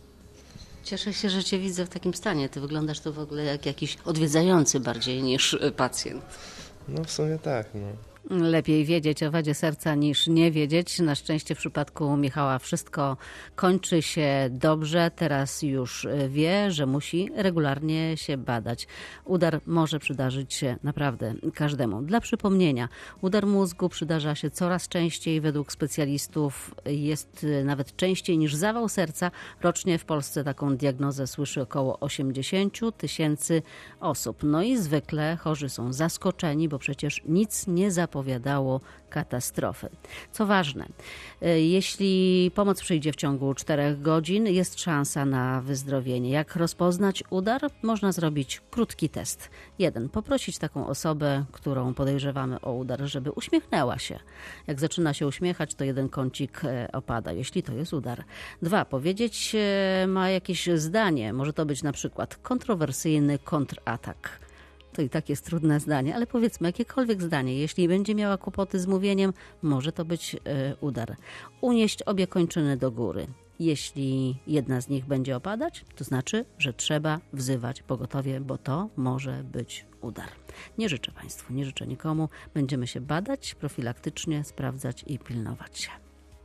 [SPEAKER 5] Cieszę się, że cię widzę w takim stanie. Ty wyglądasz tu w ogóle jak jakiś odwiedzający bardziej niż pacjent.
[SPEAKER 6] No w sumie tak, no.
[SPEAKER 2] Lepiej wiedzieć o wadzie serca niż nie wiedzieć. Na szczęście w przypadku Michała wszystko kończy się dobrze. Teraz już wie, że musi regularnie się badać. Udar może przydarzyć się naprawdę każdemu. Dla przypomnienia, udar mózgu przydarza się coraz częściej. Według specjalistów jest nawet częściej niż zawał serca. Rocznie w Polsce taką diagnozę słyszy około osiemdziesiąt tysięcy osób. No i zwykle chorzy są zaskoczeni, bo przecież nic nie zapomnieli. zapowiadało katastrofy. Co ważne, jeśli pomoc przyjdzie w ciągu czterech godzin, jest szansa na wyzdrowienie. Jak rozpoznać udar? Można zrobić krótki test. Jeden. Poprosić taką osobę, którą podejrzewamy o udar, żeby uśmiechnęła się. Jak zaczyna się uśmiechać, to jeden kącik opada, jeśli to jest udar. Dwa. Powiedzieć ma jakieś zdanie. Może to być na przykład kontrowersyjny kontratak. To i tak jest trudne zdanie, ale powiedzmy jakiekolwiek zdanie. Jeśli będzie miała kłopoty z mówieniem, może to być y, udar. Unieść obie kończyny do góry. Jeśli jedna z nich będzie opadać, to znaczy, że trzeba wzywać pogotowie, bo to może być udar. Nie życzę Państwu, nie życzę nikomu. Będziemy się badać, profilaktycznie sprawdzać i pilnować się.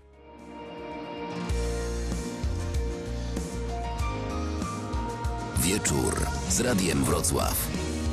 [SPEAKER 1] Wieczór z Radiem Wrocław.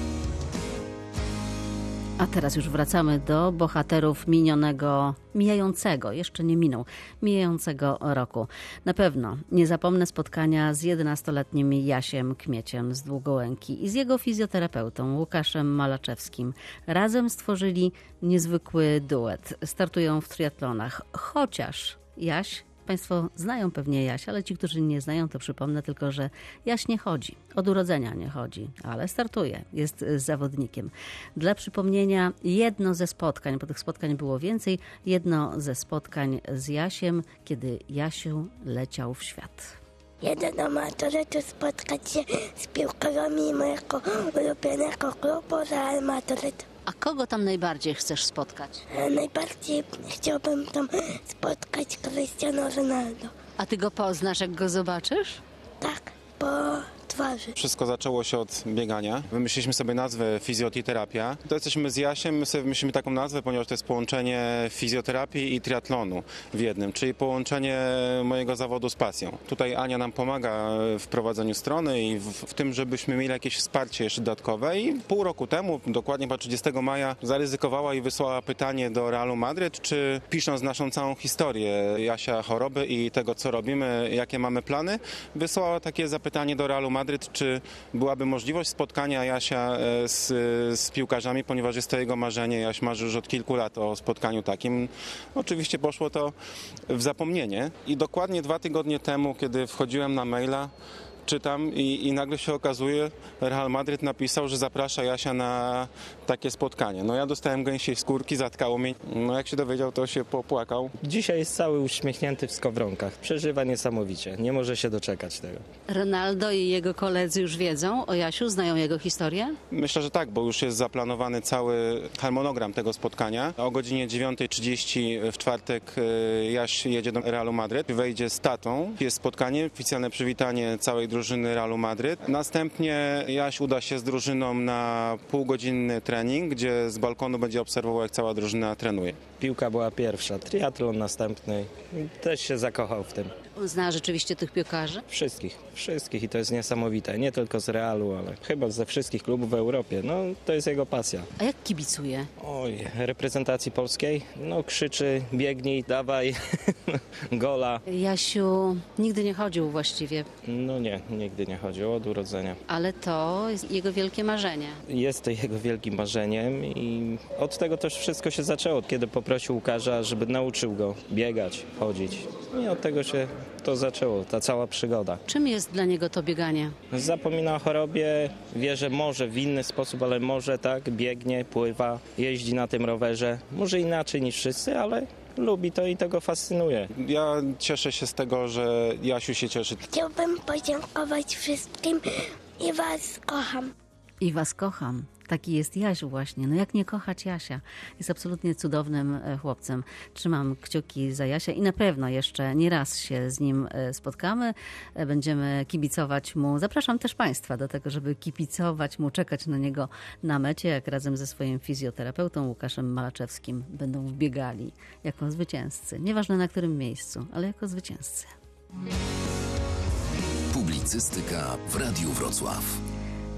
[SPEAKER 2] A teraz już wracamy do bohaterów minionego, mijającego, jeszcze nie minął, mijającego roku. Na pewno nie zapomnę spotkania z jedenastoletnim Jasiem Kmieciem z Długołęki i z jego fizjoterapeutą Łukaszem Malaczewskim. Razem stworzyli niezwykły duet. Startują w triatlonach, chociaż Jaś, Państwo znają pewnie Jasia, ale ci, którzy nie znają, to przypomnę tylko, że Jaś nie chodzi. Od urodzenia nie chodzi, ale startuje. Jest zawodnikiem. Dla przypomnienia, jedno ze spotkań, bo tych spotkań było więcej, jedno ze spotkań z Jasiem, kiedy Jasiu leciał w świat.
[SPEAKER 7] Jedę do Madrytu spotkać się z piłkarzami mojego ulubionego klubu Real Madryt.
[SPEAKER 5] A kogo tam najbardziej chcesz spotkać?
[SPEAKER 7] Najbardziej chciałbym tam spotkać Cristiano Ronaldo.
[SPEAKER 5] A ty go poznasz, jak go zobaczysz?
[SPEAKER 7] Tak, po twarzy.
[SPEAKER 8] Wszystko zaczęło się od biegania. Wymyśliliśmy sobie nazwę fizjoterapia. To jesteśmy z Jasiem, my sobie wymyślimy taką nazwę, ponieważ to jest połączenie fizjoterapii i triatlonu w jednym, czyli połączenie mojego zawodu z pasją. Tutaj Ania nam pomaga w prowadzeniu strony i w, w tym, żebyśmy mieli jakieś wsparcie jeszcze dodatkowe i pół roku temu, dokładnie po trzydziestego maja, zaryzykowała i wysłała pytanie do Realu Madryt, czy pisząc naszą całą historię Jasia choroby i tego, co robimy, jakie mamy plany, wysłała takie zapytanie do Realu Madryt, czy byłaby możliwość spotkania Jasia z, z piłkarzami, ponieważ jest to jego marzenie. Jaś marzy już od kilku lat o spotkaniu takim. Oczywiście poszło to w zapomnienie i dokładnie dwa tygodnie temu, kiedy wchodziłem na maila, czytam i, i nagle się okazuje, Real Madryt napisał, że zaprasza Jasia na takie spotkanie. No ja dostałem gęsiej skórki, zatkało mnie. No jak się dowiedział, to się popłakał.
[SPEAKER 3] Dzisiaj jest cały uśmiechnięty w skowronkach. Przeżywa niesamowicie. Nie może się doczekać tego.
[SPEAKER 5] Ronaldo i jego koledzy już wiedzą o Jasiu, znają jego historię?
[SPEAKER 8] Myślę, że tak, bo już jest zaplanowany cały harmonogram tego spotkania. O godzinie dziewiąta trzydzieści w czwartek Jaś jedzie do Realu Madryt, wejdzie z tatą. Jest spotkanie, oficjalne przywitanie całej drużyny Realu Madryt. Następnie Jaś uda się z drużyną na półgodzinny trening, gdzie z balkonu będzie obserwował, jak cała drużyna trenuje.
[SPEAKER 3] Piłka była pierwsza, triatlon następny. Też się zakochał w tym.
[SPEAKER 5] On zna rzeczywiście tych piłkarzy?
[SPEAKER 3] Wszystkich, wszystkich i to jest niesamowite. Nie tylko z Realu, ale chyba ze wszystkich klubów w Europie. No, to jest jego pasja.
[SPEAKER 5] A jak kibicuje?
[SPEAKER 3] Oj, reprezentacji polskiej? No, krzyczy, biegnij, dawaj, gola.
[SPEAKER 5] Jasiu nigdy nie chodził właściwie.
[SPEAKER 3] No nie, nigdy nie chodził od urodzenia.
[SPEAKER 5] Ale to jest jego wielkie marzenie.
[SPEAKER 3] Jest to jego wielkim marzeniem i od tego też wszystko się zaczęło, kiedy poprosił Łukasza, żeby nauczył go biegać, chodzić. I od tego się to zaczęło, ta cała przygoda.
[SPEAKER 5] Czym jest dla niego to bieganie?
[SPEAKER 3] Zapomina o chorobie, wie, że może w inny sposób, ale może tak, biegnie, pływa, jeździ na tym rowerze. Może inaczej niż wszyscy, ale lubi to i to go fascynuje.
[SPEAKER 8] Ja cieszę się z tego, że Jasiu się cieszy.
[SPEAKER 7] Chciałbym podziękować wszystkim i was kocham.
[SPEAKER 2] I was kocham. Taki jest Jasiu właśnie. No jak nie kochać Jasia? Jest absolutnie cudownym chłopcem. Trzymam kciuki za Jasia i na pewno jeszcze nie raz się z nim spotkamy. Będziemy kibicować mu. Zapraszam też Państwa do tego, żeby kibicować mu, czekać na niego na mecie, jak razem ze swoim fizjoterapeutą Łukaszem Malaczewskim będą biegali jako zwycięzcy. Nieważne na którym miejscu, ale jako zwycięzcy.
[SPEAKER 1] Publicystyka w Radiu Wrocław.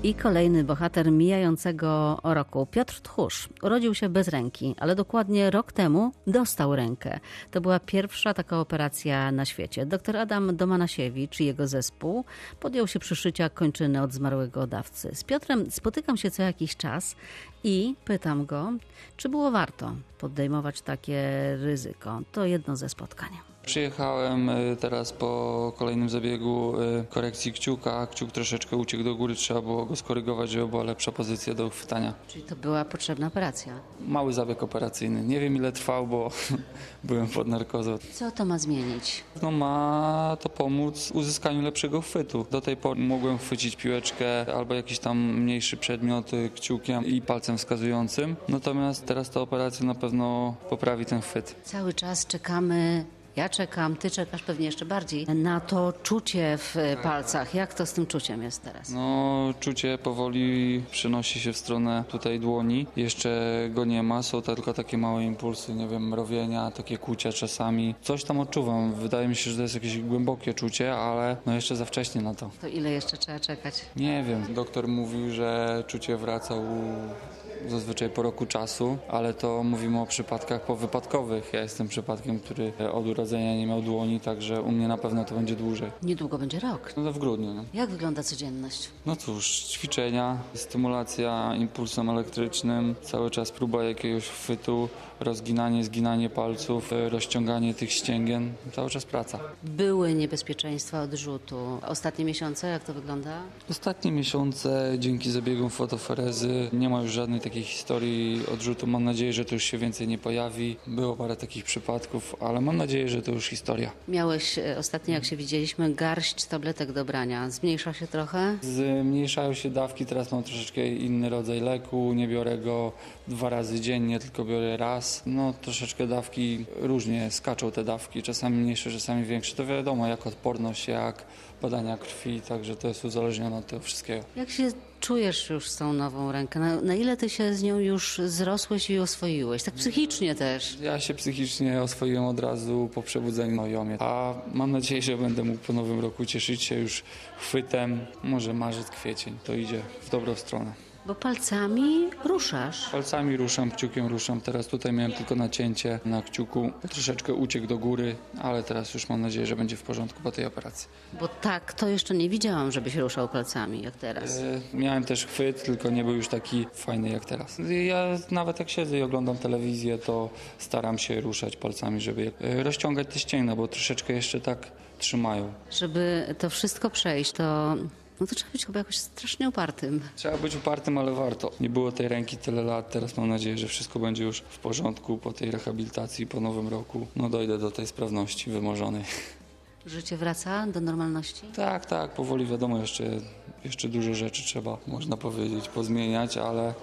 [SPEAKER 2] I kolejny bohater mijającego roku. Piotr Tchórz urodził się bez ręki, ale dokładnie rok temu dostał rękę. To była pierwsza taka operacja na świecie. Dr Adam Domanasiewicz i jego zespół podjął się przyszycia kończyny od zmarłego dawcy. Z Piotrem spotykam się co jakiś czas i pytam go, czy było warto podejmować takie ryzyko. To jedno ze spotkań.
[SPEAKER 9] Przyjechałem teraz po kolejnym zabiegu korekcji kciuka. Kciuk troszeczkę uciekł do góry, trzeba było go skorygować, żeby była lepsza pozycja do uchwytania.
[SPEAKER 2] Czyli to była potrzebna operacja?
[SPEAKER 9] Mały zabieg operacyjny. Nie wiem ile trwał, bo byłem pod narkozą.
[SPEAKER 2] Co to ma zmienić?
[SPEAKER 9] No ma to pomóc w uzyskaniu lepszego chwytu. Do tej pory mogłem chwycić piłeczkę albo jakiś tam mniejszy przedmiot kciukiem i palcem wskazującym. Natomiast teraz ta operacja na pewno poprawi ten chwyt.
[SPEAKER 2] Cały czas czekamy. Ja czekam, ty czekasz pewnie jeszcze bardziej na to czucie w palcach. Jak to z tym czuciem jest teraz?
[SPEAKER 9] No, czucie powoli przenosi się w stronę tutaj dłoni. Jeszcze go nie ma, są tylko takie małe impulsy, nie wiem, mrowienia, takie kłucia czasami. Coś tam odczuwam. Wydaje mi się, że to jest jakieś głębokie czucie, ale no jeszcze za wcześnie na to.
[SPEAKER 2] To ile jeszcze trzeba czekać?
[SPEAKER 9] Nie wiem. Doktor mówił, że czucie wraca u... zazwyczaj po roku czasu, ale to mówimy o przypadkach powypadkowych. Ja jestem przypadkiem, który od urodzenia nie miał dłoni, także u mnie na pewno to będzie dłużej.
[SPEAKER 2] Niedługo będzie rok.
[SPEAKER 9] No to w grudniu. Nie?
[SPEAKER 2] Jak wygląda codzienność?
[SPEAKER 9] No cóż, ćwiczenia, stymulacja impulsem elektrycznym, cały czas próba jakiegoś chwytu, rozginanie, zginanie palców, rozciąganie tych ścięgien, cały czas praca.
[SPEAKER 2] Były niebezpieczeństwa odrzutu. Ostatnie miesiące, jak to wygląda?
[SPEAKER 9] Ostatnie miesiące, dzięki zabiegom fotoferezy, nie ma już żadnej takiej historii odrzutu. Mam nadzieję, że to już się więcej nie pojawi. Było parę takich przypadków, ale mam nadzieję, że to już historia.
[SPEAKER 2] Miałeś ostatnio, jak się widzieliśmy, garść tabletek do brania. Zmniejsza się trochę?
[SPEAKER 9] Zmniejszają się dawki, teraz mam troszeczkę inny rodzaj leku. Nie biorę go dwa razy dziennie, tylko biorę raz. No troszeczkę dawki, różnie skaczą te dawki, czasami mniejsze, czasami większe. To wiadomo, jak odporność, jak badania krwi, także to jest uzależnione od tego wszystkiego.
[SPEAKER 2] Jak się czujesz już z tą nową ręką? Na, na ile ty się z nią już zrosłeś i oswoiłeś? Tak psychicznie też.
[SPEAKER 9] Ja się psychicznie oswoiłem od razu po przebudzeniu na jomie, a mam nadzieję, że będę mógł po nowym roku cieszyć się już chwytem, może marzec, kwiecień. To idzie w dobrą stronę.
[SPEAKER 2] Bo palcami ruszasz.
[SPEAKER 9] Palcami ruszam, kciukiem ruszam. Teraz tutaj miałem tylko nacięcie na kciuku. Troszeczkę uciekł do góry, ale teraz już mam nadzieję, że będzie w porządku po tej operacji.
[SPEAKER 2] Bo tak, to jeszcze nie widziałam, żebyś ruszał palcami, jak teraz.
[SPEAKER 9] E, miałem też chwyt, tylko nie był już taki fajny jak teraz. Ja nawet jak siedzę i oglądam telewizję, to staram się ruszać palcami, żeby e, rozciągać te ścięgna, bo troszeczkę jeszcze tak trzymają.
[SPEAKER 2] Żeby to wszystko przejść, to... No to trzeba być chyba jakoś strasznie upartym.
[SPEAKER 9] Trzeba być upartym, ale warto. Nie było tej ręki tyle lat, teraz mam nadzieję, że wszystko będzie już w porządku po tej rehabilitacji, po nowym roku. No dojdę do tej sprawności wymarzonej.
[SPEAKER 2] Życie wraca do normalności?
[SPEAKER 9] Tak, tak, powoli wiadomo, jeszcze, jeszcze dużo rzeczy trzeba, można powiedzieć, pozmieniać, ale,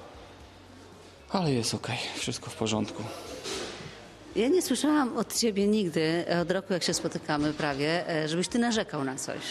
[SPEAKER 9] ale jest okej, wszystko w porządku.
[SPEAKER 2] Ja nie słyszałam od ciebie nigdy, od roku jak się spotykamy prawie, żebyś ty narzekał na coś.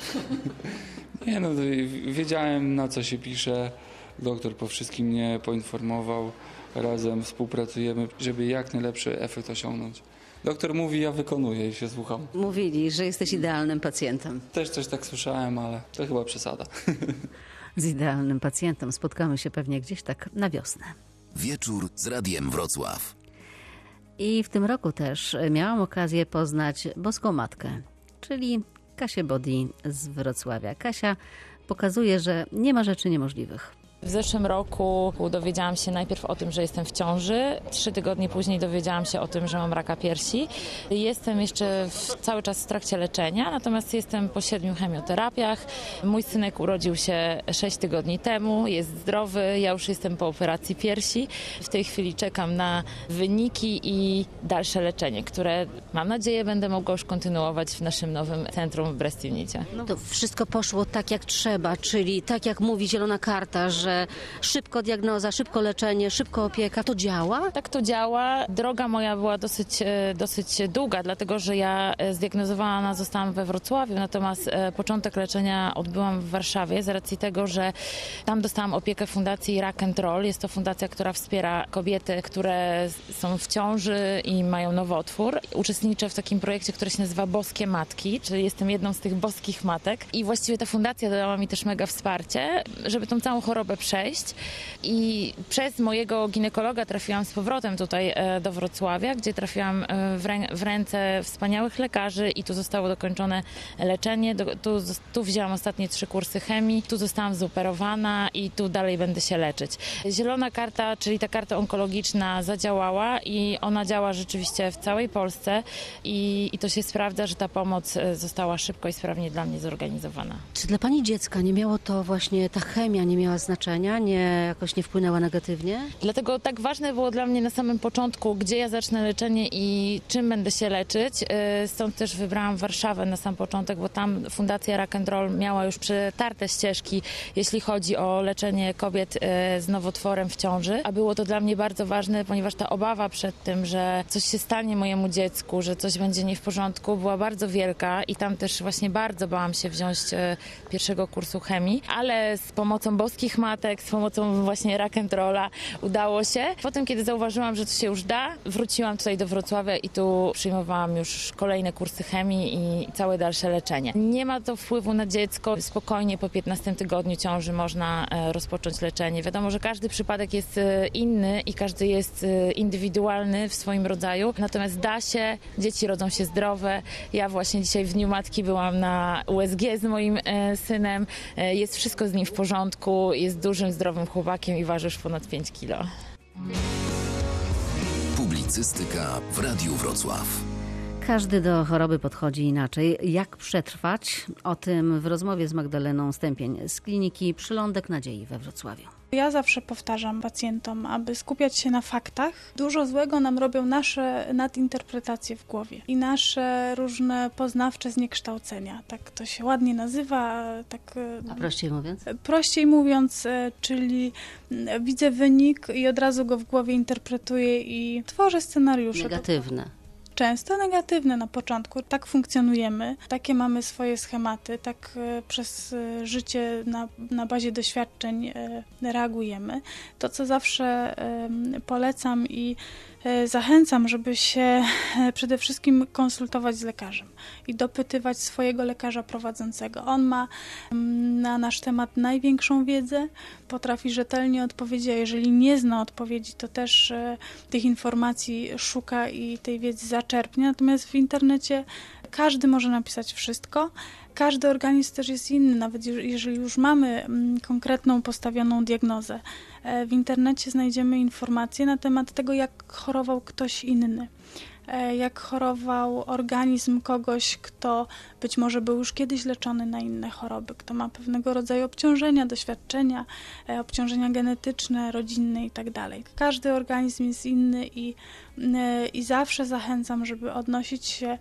[SPEAKER 9] Nie no, wiedziałem na co się pisze, doktor po wszystkim mnie poinformował, razem współpracujemy, żeby jak najlepszy efekt osiągnąć. Doktor mówi, ja wykonuję i się słucham.
[SPEAKER 2] Mówili, że jesteś idealnym pacjentem.
[SPEAKER 9] Też coś tak słyszałem, ale to chyba przesada.
[SPEAKER 2] Z idealnym pacjentem spotkamy się pewnie gdzieś tak na wiosnę.
[SPEAKER 1] Wieczór z Radiem Wrocław.
[SPEAKER 2] I w tym roku też miałam okazję poznać Boską Matkę, czyli Kasię Bodi z Wrocławia. Kasia pokazuje, że nie ma rzeczy niemożliwych.
[SPEAKER 10] W zeszłym roku dowiedziałam się najpierw o tym, że jestem w ciąży. Trzy tygodnie później dowiedziałam się o tym, że mam raka piersi. Jestem jeszcze w, cały czas w trakcie leczenia, natomiast jestem po siedmiu chemioterapiach. Mój synek urodził się sześć tygodni temu, jest zdrowy, ja już jestem po operacji piersi. W tej chwili czekam na wyniki i dalsze leczenie, które mam nadzieję będę mogła już kontynuować w naszym nowym centrum w Brest Unicie.
[SPEAKER 2] To wszystko poszło tak jak trzeba, czyli tak jak mówi zielona karta, że
[SPEAKER 5] że szybko diagnoza, szybko leczenie, szybko opieka. To działa?
[SPEAKER 10] Tak to działa. Droga moja była dosyć, dosyć długa, dlatego że ja zdiagnozowana zostałam we Wrocławiu, natomiast początek leczenia odbyłam w Warszawie z racji tego, że tam dostałam opiekę Fundacji Rock and Roll. Jest to fundacja, która wspiera kobiety, które są w ciąży i mają nowotwór. Uczestniczę w takim projekcie, który się nazywa Boskie Matki, czyli jestem jedną z tych boskich matek i właściwie ta fundacja dała mi też mega wsparcie, żeby tą całą chorobę przejść i przez mojego ginekologa trafiłam z powrotem tutaj do Wrocławia, gdzie trafiłam w, rę- w ręce wspaniałych lekarzy i tu zostało dokończone leczenie. Do, tu, tu wzięłam ostatnie trzy kursy chemii, tu zostałam zoperowana i tu dalej będę się leczyć. Zielona karta, czyli ta karta onkologiczna zadziałała i ona działa rzeczywiście w całej Polsce i, i to się sprawdza, że ta pomoc została szybko i sprawnie dla mnie zorganizowana.
[SPEAKER 5] Czy dla pani dziecka nie miało to właśnie, ta chemia nie miała znaczenia, nie jakoś nie wpłynęła negatywnie?
[SPEAKER 10] Dlatego tak ważne było dla mnie na samym początku, gdzie ja zacznę leczenie i czym będę się leczyć. Stąd też wybrałam Warszawę na sam początek, bo tam Fundacja Rock and Roll miała już przetarte ścieżki, jeśli chodzi o leczenie kobiet z nowotworem w ciąży. A było to dla mnie bardzo ważne, ponieważ ta obawa przed tym, że coś się stanie mojemu dziecku, że coś będzie nie w porządku, była bardzo wielka i tam też właśnie bardzo bałam się wziąć pierwszego kursu chemii, ale z pomocą boskich matek, z pomocą właśnie Rock and Rolla udało się. Potem, kiedy zauważyłam, że to się już da, wróciłam tutaj do Wrocławia i tu przyjmowałam już kolejne kursy chemii i całe dalsze leczenie. Nie ma to wpływu na dziecko. Spokojnie po piętnastym tygodniu ciąży można rozpocząć leczenie. Wiadomo, że każdy przypadek jest inny i każdy jest indywidualny w swoim rodzaju. Natomiast da się, dzieci rodzą się zdrowe. Ja właśnie dzisiaj w Dniu Matki byłam na U S G z moim e, synem. E, jest wszystko z nim w porządku. Jest dużym, zdrowym chłopakiem i waży już ponad pięć kilo.
[SPEAKER 1] Publicystyka w Radiu Wrocław.
[SPEAKER 2] Każdy do choroby podchodzi inaczej. Jak przetrwać? O tym w rozmowie z Magdaleną Stępień z kliniki Przylądek Nadziei we Wrocławiu.
[SPEAKER 11] Ja zawsze powtarzam pacjentom, aby skupiać się na faktach. Dużo złego nam robią nasze nadinterpretacje w głowie i nasze różne poznawcze zniekształcenia. Tak to się ładnie nazywa. Tak,
[SPEAKER 5] a prościej mówiąc?
[SPEAKER 11] Prościej mówiąc, czyli widzę wynik i od razu go w głowie interpretuję i tworzę scenariusze.
[SPEAKER 2] Negatywne.
[SPEAKER 11] Często negatywne na początku. Tak funkcjonujemy, takie mamy swoje schematy, tak e, przez e, życie na, na bazie doświadczeń e, reagujemy. To, co zawsze e, polecam i e, zachęcam, żeby się e, przede wszystkim konsultować z lekarzem i dopytywać swojego lekarza prowadzącego. On ma m, na nasz temat największą wiedzę, potrafi rzetelnie odpowiedzieć, a jeżeli nie zna odpowiedzi, to też e, tych informacji szuka i tej wiedzy zaczerpnie. Natomiast w internecie każdy może napisać wszystko. Każdy organizm też jest inny, nawet jeżeli już mamy konkretną postawioną diagnozę. W internecie znajdziemy informacje na temat tego, jak chorował ktoś inny. Jak chorował organizm kogoś, kto być może był już kiedyś leczony na inne choroby, kto ma pewnego rodzaju obciążenia, doświadczenia, obciążenia genetyczne, rodzinne i tak dalej. Każdy organizm jest inny i, i zawsze zachęcam, żeby odnosić się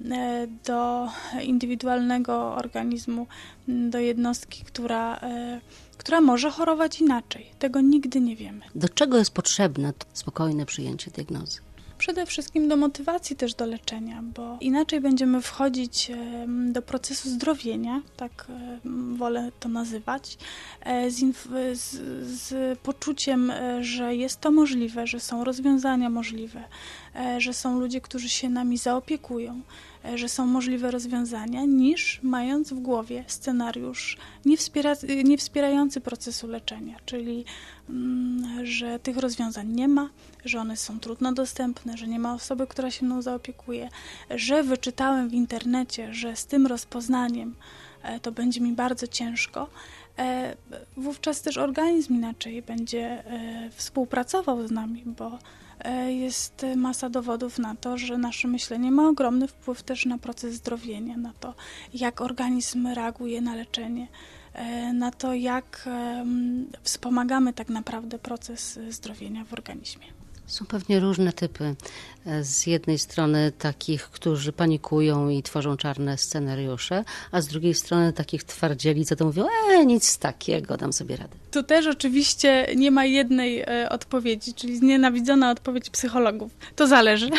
[SPEAKER 11] do indywidualnego organizmu, do jednostki, która, która może chorować inaczej. Tego nigdy nie wiemy.
[SPEAKER 5] Do czego jest potrzebne to spokojne przyjęcie diagnozy?
[SPEAKER 11] Przede wszystkim do motywacji też do leczenia, bo inaczej będziemy wchodzić do procesu zdrowienia, tak wolę to nazywać, z, inf- z, z poczuciem, że jest to możliwe, że są rozwiązania możliwe, że są ludzie, którzy się nami zaopiekują, że są możliwe rozwiązania, niż mając w głowie scenariusz nie, wspiera, nie wspierający procesu leczenia, czyli mm, że tych rozwiązań nie ma, że one są trudno dostępne, że nie ma osoby, która się mną zaopiekuje, że wyczytałem w internecie, że z tym rozpoznaniem e, to będzie mi bardzo ciężko. E, wówczas też organizm inaczej będzie e, współpracował z nami, bo jest masa dowodów na to, że nasze myślenie ma ogromny wpływ też na proces zdrowienia, na to, jak organizm reaguje na leczenie, na to, jak wspomagamy tak naprawdę proces zdrowienia w organizmie.
[SPEAKER 5] Są pewnie różne typy. Z jednej strony takich, którzy panikują i tworzą czarne scenariusze, a z drugiej strony takich twardzieli, co to mówią, e, nic takiego, dam sobie radę.
[SPEAKER 11] Tu też oczywiście nie ma jednej e, odpowiedzi, czyli znienawidzona odpowiedź psychologów. To zależy.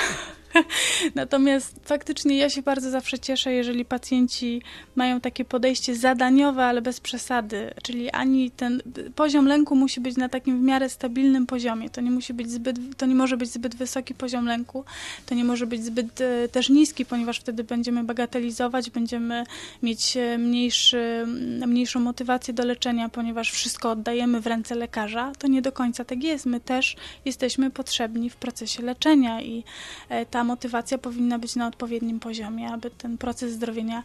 [SPEAKER 11] Natomiast faktycznie ja się bardzo zawsze cieszę, jeżeli pacjenci mają takie podejście zadaniowe, ale bez przesady, czyli ani ten poziom lęku musi być na takim w miarę stabilnym poziomie. To nie musi być zbyt, to nie może być zbyt wysoki poziom lęku, to nie może być zbyt e, też niski, ponieważ wtedy będziemy bagatelizować, będziemy mieć mniejszy, mniejszą motywację do leczenia, ponieważ wszystko oddajemy w ręce lekarza. To nie do końca tak jest. My też jesteśmy potrzebni w procesie leczenia i e, ta motywacja powinna być na odpowiednim poziomie, aby ten proces zdrowienia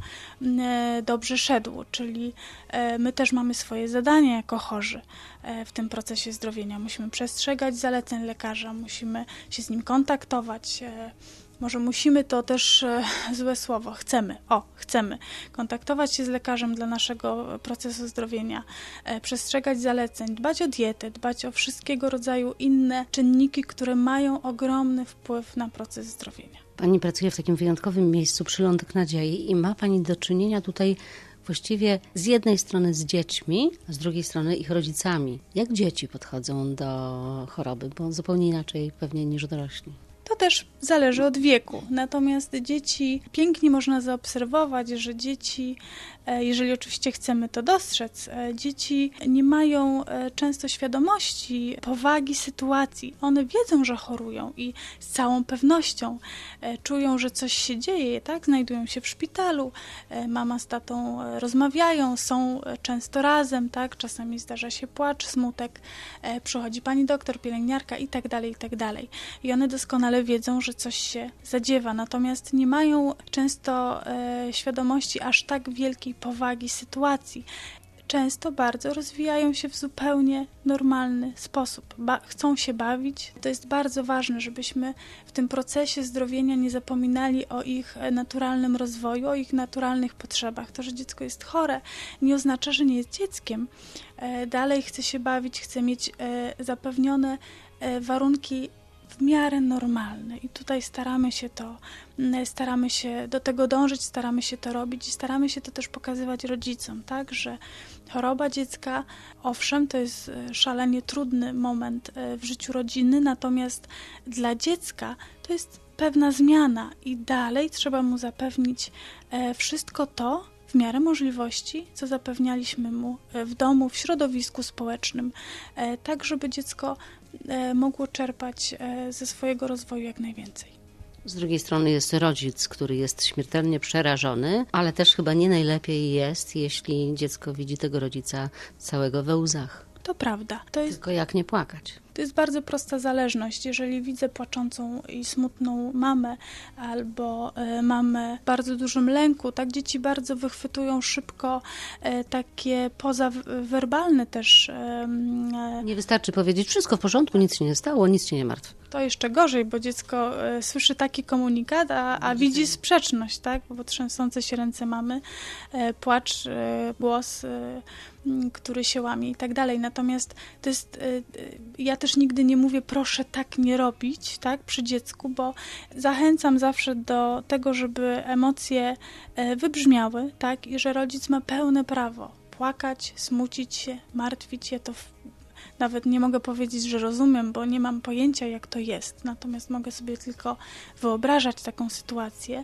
[SPEAKER 11] dobrze szedł, czyli my też mamy swoje zadania jako chorzy w tym procesie zdrowienia. Musimy przestrzegać zaleceń lekarza, musimy się z nim kontaktować. Może musimy, to też e, złe słowo, chcemy, o, chcemy kontaktować się z lekarzem dla naszego procesu zdrowienia, e, przestrzegać zaleceń, dbać o dietę, dbać o wszystkiego rodzaju inne czynniki, które mają ogromny wpływ na proces zdrowienia.
[SPEAKER 5] Pani pracuje w takim wyjątkowym miejscu, Przylądek Nadziei, i ma Pani do czynienia tutaj właściwie z jednej strony z dziećmi, a z drugiej strony ich rodzicami. Jak dzieci podchodzą do choroby, bo zupełnie inaczej pewnie niż dorośli.
[SPEAKER 11] To też zależy od wieku. Natomiast dzieci, pięknie można zaobserwować, że dzieci, jeżeli oczywiście chcemy to dostrzec, dzieci nie mają często świadomości powagi sytuacji. One wiedzą, że chorują i z całą pewnością czują, że coś się dzieje, tak? Znajdują się w szpitalu, mama z tatą rozmawiają, są często razem, tak? Czasami zdarza się płacz, smutek, przychodzi pani doktor, pielęgniarka i tak dalej, i tak dalej. I one doskonale wiedzą, że coś się zadziewa, natomiast nie mają często e, świadomości aż tak wielkiej powagi sytuacji. Często bardzo rozwijają się w zupełnie normalny sposób. Ba- chcą się bawić. To jest bardzo ważne, żebyśmy w tym procesie zdrowienia nie zapominali o ich naturalnym rozwoju, o ich naturalnych potrzebach. To, że dziecko jest chore, nie oznacza, że nie jest dzieckiem. E, dalej chce się bawić, chce mieć e, zapewnione e, warunki w miarę normalne i tutaj staramy się to, staramy się do tego dążyć, staramy się to robić i staramy się to też pokazywać rodzicom, tak, że choroba dziecka, owszem, to jest szalenie trudny moment w życiu rodziny, natomiast dla dziecka to jest pewna zmiana i dalej trzeba mu zapewnić wszystko to, w miarę możliwości, co zapewnialiśmy mu w domu, w środowisku społecznym, tak żeby dziecko mogło czerpać ze swojego rozwoju jak najwięcej.
[SPEAKER 5] Z drugiej strony jest rodzic, który jest śmiertelnie przerażony, ale też chyba nie najlepiej jest, jeśli dziecko widzi tego rodzica całego we łzach.
[SPEAKER 11] To prawda. To jest...
[SPEAKER 5] Tylko jak nie płakać?
[SPEAKER 11] To jest bardzo prosta zależność. Jeżeli widzę płaczącą i smutną mamę albo e, mamę w bardzo dużym lęku, tak dzieci bardzo wychwytują szybko e, takie pozawerbalne też. E,
[SPEAKER 5] nie wystarczy powiedzieć wszystko w porządku, nic się nie stało, nic się nie martw.
[SPEAKER 11] To jeszcze gorzej, bo dziecko e, słyszy taki komunikat, a, a widzi sprzeczność, tak? Bo trzęsące się ręce mamy, e, płacz, e, głos, e, który się łamie i tak dalej. Natomiast to jest, e, ja też nigdy nie mówię, proszę tak nie robić, tak, przy dziecku, bo zachęcam zawsze do tego, żeby emocje e, wybrzmiały, tak, i że rodzic ma pełne prawo płakać, smucić się, martwić się, to w Nawet nie mogę powiedzieć, że rozumiem, bo nie mam pojęcia, jak to jest. Natomiast mogę sobie tylko wyobrażać taką sytuację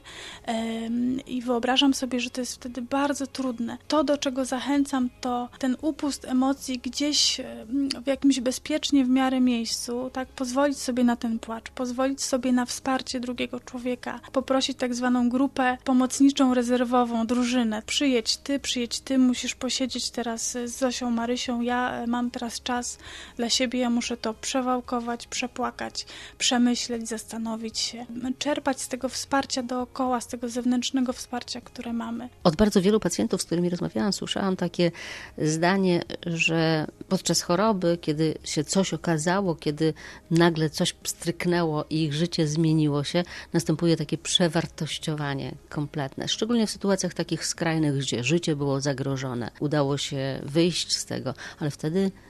[SPEAKER 11] ym, i wyobrażam sobie, że to jest wtedy bardzo trudne. To, do czego zachęcam, to ten upust emocji gdzieś ym, w jakimś bezpiecznie w miarę miejscu, tak, pozwolić sobie na ten płacz, pozwolić sobie na wsparcie drugiego człowieka, poprosić tak zwaną grupę pomocniczą, rezerwową, drużynę. Przyjedź ty, przyjedź ty, musisz posiedzieć teraz z Zosią, Marysią, ja mam teraz czas dla siebie, ja muszę to przewałkować, przepłakać, przemyśleć, zastanowić się, czerpać z tego wsparcia dookoła, z tego zewnętrznego wsparcia, które mamy.
[SPEAKER 5] Od bardzo wielu pacjentów, z którymi rozmawiałam, słyszałam takie zdanie, że podczas choroby, kiedy się coś okazało, kiedy nagle coś pstryknęło i ich życie zmieniło się, następuje takie przewartościowanie kompletne. Szczególnie w sytuacjach takich skrajnych, gdzie życie było zagrożone. Udało się wyjść z tego, ale wtedy wszystko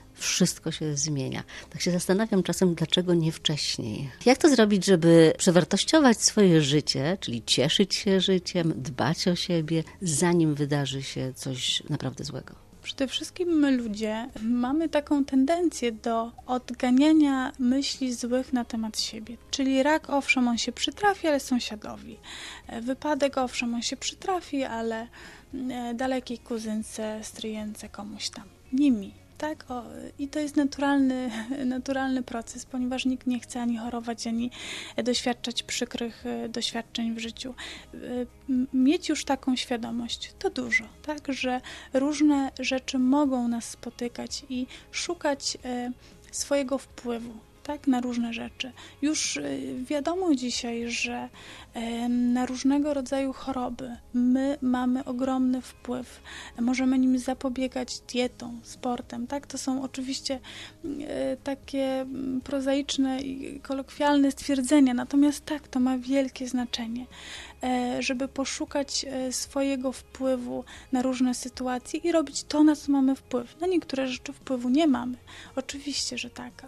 [SPEAKER 5] wszystko się zmienia. Tak się zastanawiam czasem, dlaczego nie wcześniej. Jak to zrobić, żeby przewartościować swoje życie, czyli cieszyć się życiem, dbać o siebie, zanim wydarzy się coś naprawdę złego?
[SPEAKER 11] Przede wszystkim my ludzie mamy taką tendencję do odganiania myśli złych na temat siebie. Czyli rak, owszem, on się przytrafi, ale sąsiadowi. Wypadek, owszem, on się przytrafi, ale dalekiej kuzynce, stryjence, komuś tam. Nie mi. Tak? O, i to jest naturalny, naturalny proces, ponieważ nikt nie chce ani chorować, ani doświadczać przykrych doświadczeń w życiu. Mieć już taką świadomość to dużo, tak? Że różne rzeczy mogą nas spotykać i szukać swojego wpływu. Tak, na różne rzeczy. Już wiadomo dzisiaj, że na różnego rodzaju choroby my mamy ogromny wpływ. Możemy nim zapobiegać dietą, sportem. Tak? To są oczywiście takie prozaiczne i kolokwialne stwierdzenia, natomiast tak, to ma wielkie znaczenie, żeby poszukać swojego wpływu na różne sytuacje i robić to, na co mamy wpływ. Na niektóre rzeczy wpływu nie mamy. Oczywiście, że tak.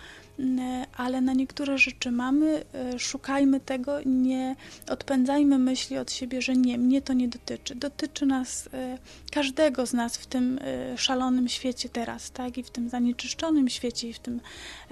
[SPEAKER 11] Ale na niektóre rzeczy mamy, szukajmy tego, nie odpędzajmy myśli od siebie, że nie, mnie to nie dotyczy. Dotyczy nas, każdego z nas w tym szalonym świecie teraz, tak, i w tym zanieczyszczonym świecie, i w tym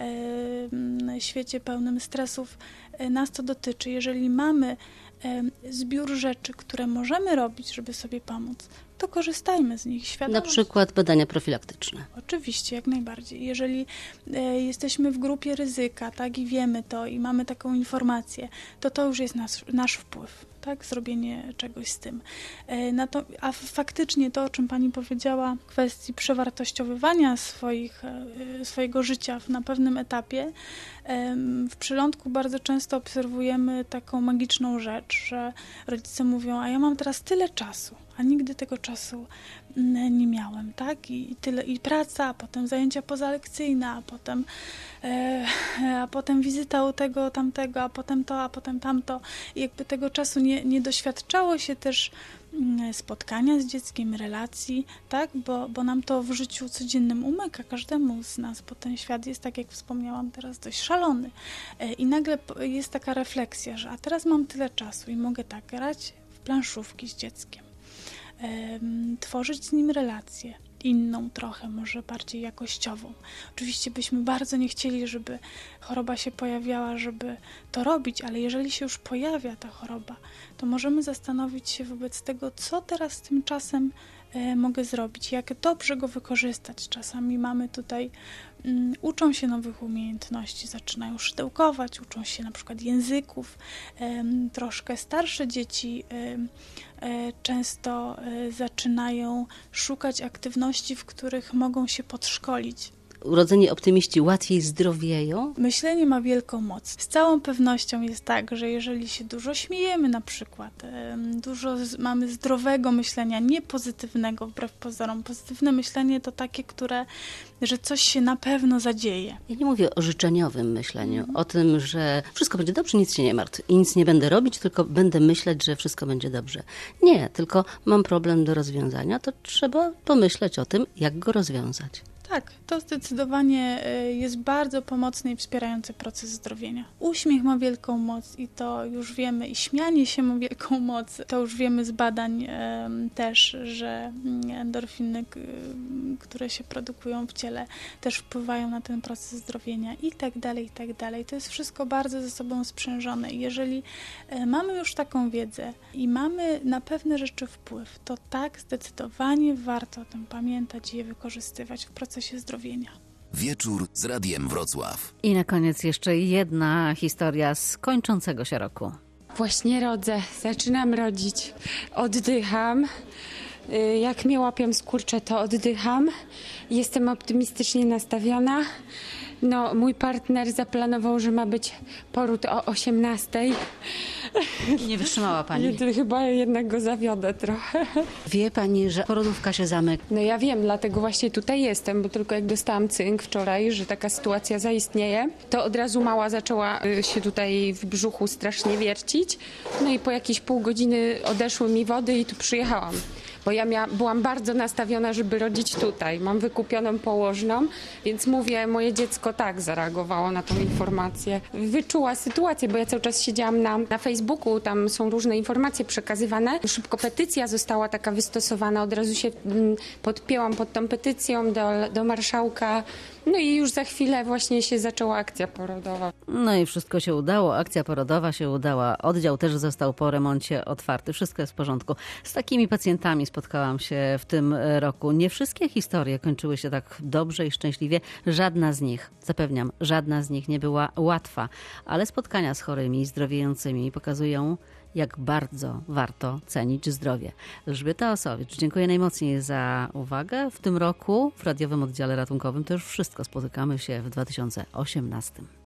[SPEAKER 11] świecie pełnym stresów, nas to dotyczy. Jeżeli mamy zbiór rzeczy, które możemy robić, żeby sobie pomóc, to korzystajmy z nich świadomie.
[SPEAKER 5] Na przykład badania profilaktyczne.
[SPEAKER 11] Oczywiście, jak najbardziej. Jeżeli e, jesteśmy w grupie ryzyka, tak, i wiemy to, i mamy taką informację, to to już jest nas, nasz wpływ, tak, zrobienie czegoś z tym. E, na to, a faktycznie to, o czym pani powiedziała, w kwestii przewartościowywania swoich, e, swojego życia na pewnym etapie, e, w Przylądku bardzo często obserwujemy taką magiczną rzecz, że rodzice mówią, a ja mam teraz tyle czasu, a nigdy tego czasu nie miałem, tak? I, i tyle, i praca, a potem zajęcia pozalekcyjne, a potem, e, a potem wizyta u tego, tamtego, a potem to, a potem tamto. I jakby tego czasu nie, nie doświadczało się też spotkania z dzieckiem, relacji, tak? Bo, bo nam to w życiu codziennym umyka, każdemu z nas, bo ten świat jest, tak jak wspomniałam teraz, dość szalony. E, I nagle jest taka refleksja, że a teraz mam tyle czasu i mogę tak grać w planszówki z dzieckiem. Tworzyć z nim relację, inną trochę, może bardziej jakościową. Oczywiście byśmy bardzo nie chcieli, żeby choroba się pojawiała, żeby to robić, ale jeżeli się już pojawia ta choroba, to możemy zastanowić się wobec tego, co teraz z tym czasem e, mogę zrobić, jak dobrze go wykorzystać. Czasami mamy tutaj, um, uczą się nowych umiejętności, zaczynają szydełkować, uczą się na przykład języków. Um, troszkę starsze dzieci um, często zaczynają szukać aktywności, w których mogą się podszkolić.
[SPEAKER 5] Urodzeni optymiści łatwiej zdrowieją?
[SPEAKER 11] Myślenie ma wielką moc. Z całą pewnością jest tak, że jeżeli się dużo śmiejemy na przykład, dużo mamy zdrowego myślenia, nie pozytywnego wbrew pozorom. Pozytywne myślenie to takie, które, że coś się na pewno zadzieje.
[SPEAKER 5] Ja nie mówię o życzeniowym myśleniu, mm. o tym, że wszystko będzie dobrze, nic się nie martw i nic nie będę robić, tylko będę myśleć, że wszystko będzie dobrze. Nie, tylko mam problem do rozwiązania, to trzeba pomyśleć o tym, jak go rozwiązać.
[SPEAKER 11] Tak, to zdecydowanie jest bardzo pomocny i wspierający proces zdrowienia. Uśmiech ma wielką moc i to już wiemy, i śmianie się ma wielką moc. To już wiemy z badań e, też, że endorfiny, k- które się produkują w ciele, też wpływają na ten proces zdrowienia i tak dalej, i tak dalej. To jest wszystko bardzo ze sobą sprzężone i jeżeli e, mamy już taką wiedzę i mamy na pewne rzeczy wpływ, to tak, zdecydowanie warto o tym pamiętać i je wykorzystywać w procesie zdrowienia.
[SPEAKER 1] Wieczór z Radiem Wrocław.
[SPEAKER 2] I na koniec jeszcze jedna historia z kończącego się roku.
[SPEAKER 12] Właśnie rodzę, zaczynam rodzić, oddycham. Jak mnie łapią skurcze, to oddycham. Jestem optymistycznie nastawiona. No, mój partner zaplanował, że ma być poród o osiemnastej.
[SPEAKER 5] Nie wytrzymała pani?
[SPEAKER 12] Ja chyba jednak go zawiodę trochę.
[SPEAKER 5] Wie pani, że porodówka się zamyka?
[SPEAKER 12] No ja wiem, dlatego właśnie tutaj jestem, bo tylko jak dostałam cynk wczoraj, że taka sytuacja zaistnieje, to od razu mała zaczęła się tutaj w brzuchu strasznie wiercić. No i po jakieś pół godziny odeszły mi wody i tu przyjechałam. bo ja mia, byłam bardzo nastawiona, żeby rodzić tutaj. Mam wykupioną położną, więc mówię, moje dziecko tak zareagowało na tą informację. Wyczuła sytuację, bo ja cały czas siedziałam na, na Facebooku, tam są różne informacje przekazywane. Szybko petycja została taka wystosowana, od razu się mm, podpięłam pod tą petycją do, do marszałka. No i już za chwilę właśnie się zaczęła akcja porodowa.
[SPEAKER 2] No i wszystko się udało, akcja porodowa się udała, oddział też został po remoncie otwarty, wszystko jest w porządku. Z takimi pacjentami spotkałam się w tym roku. Nie wszystkie historie kończyły się tak dobrze i szczęśliwie. Żadna z nich, zapewniam, żadna z nich nie była łatwa, ale spotkania z chorymi i zdrowiejącymi pokazują, jak bardzo warto cenić zdrowie. Elżbieta Osowicz, dziękuję najmocniej za uwagę. W tym roku w radiowym oddziale ratunkowym to już wszystko. Spotykamy się w dwa tysiące osiemnastym.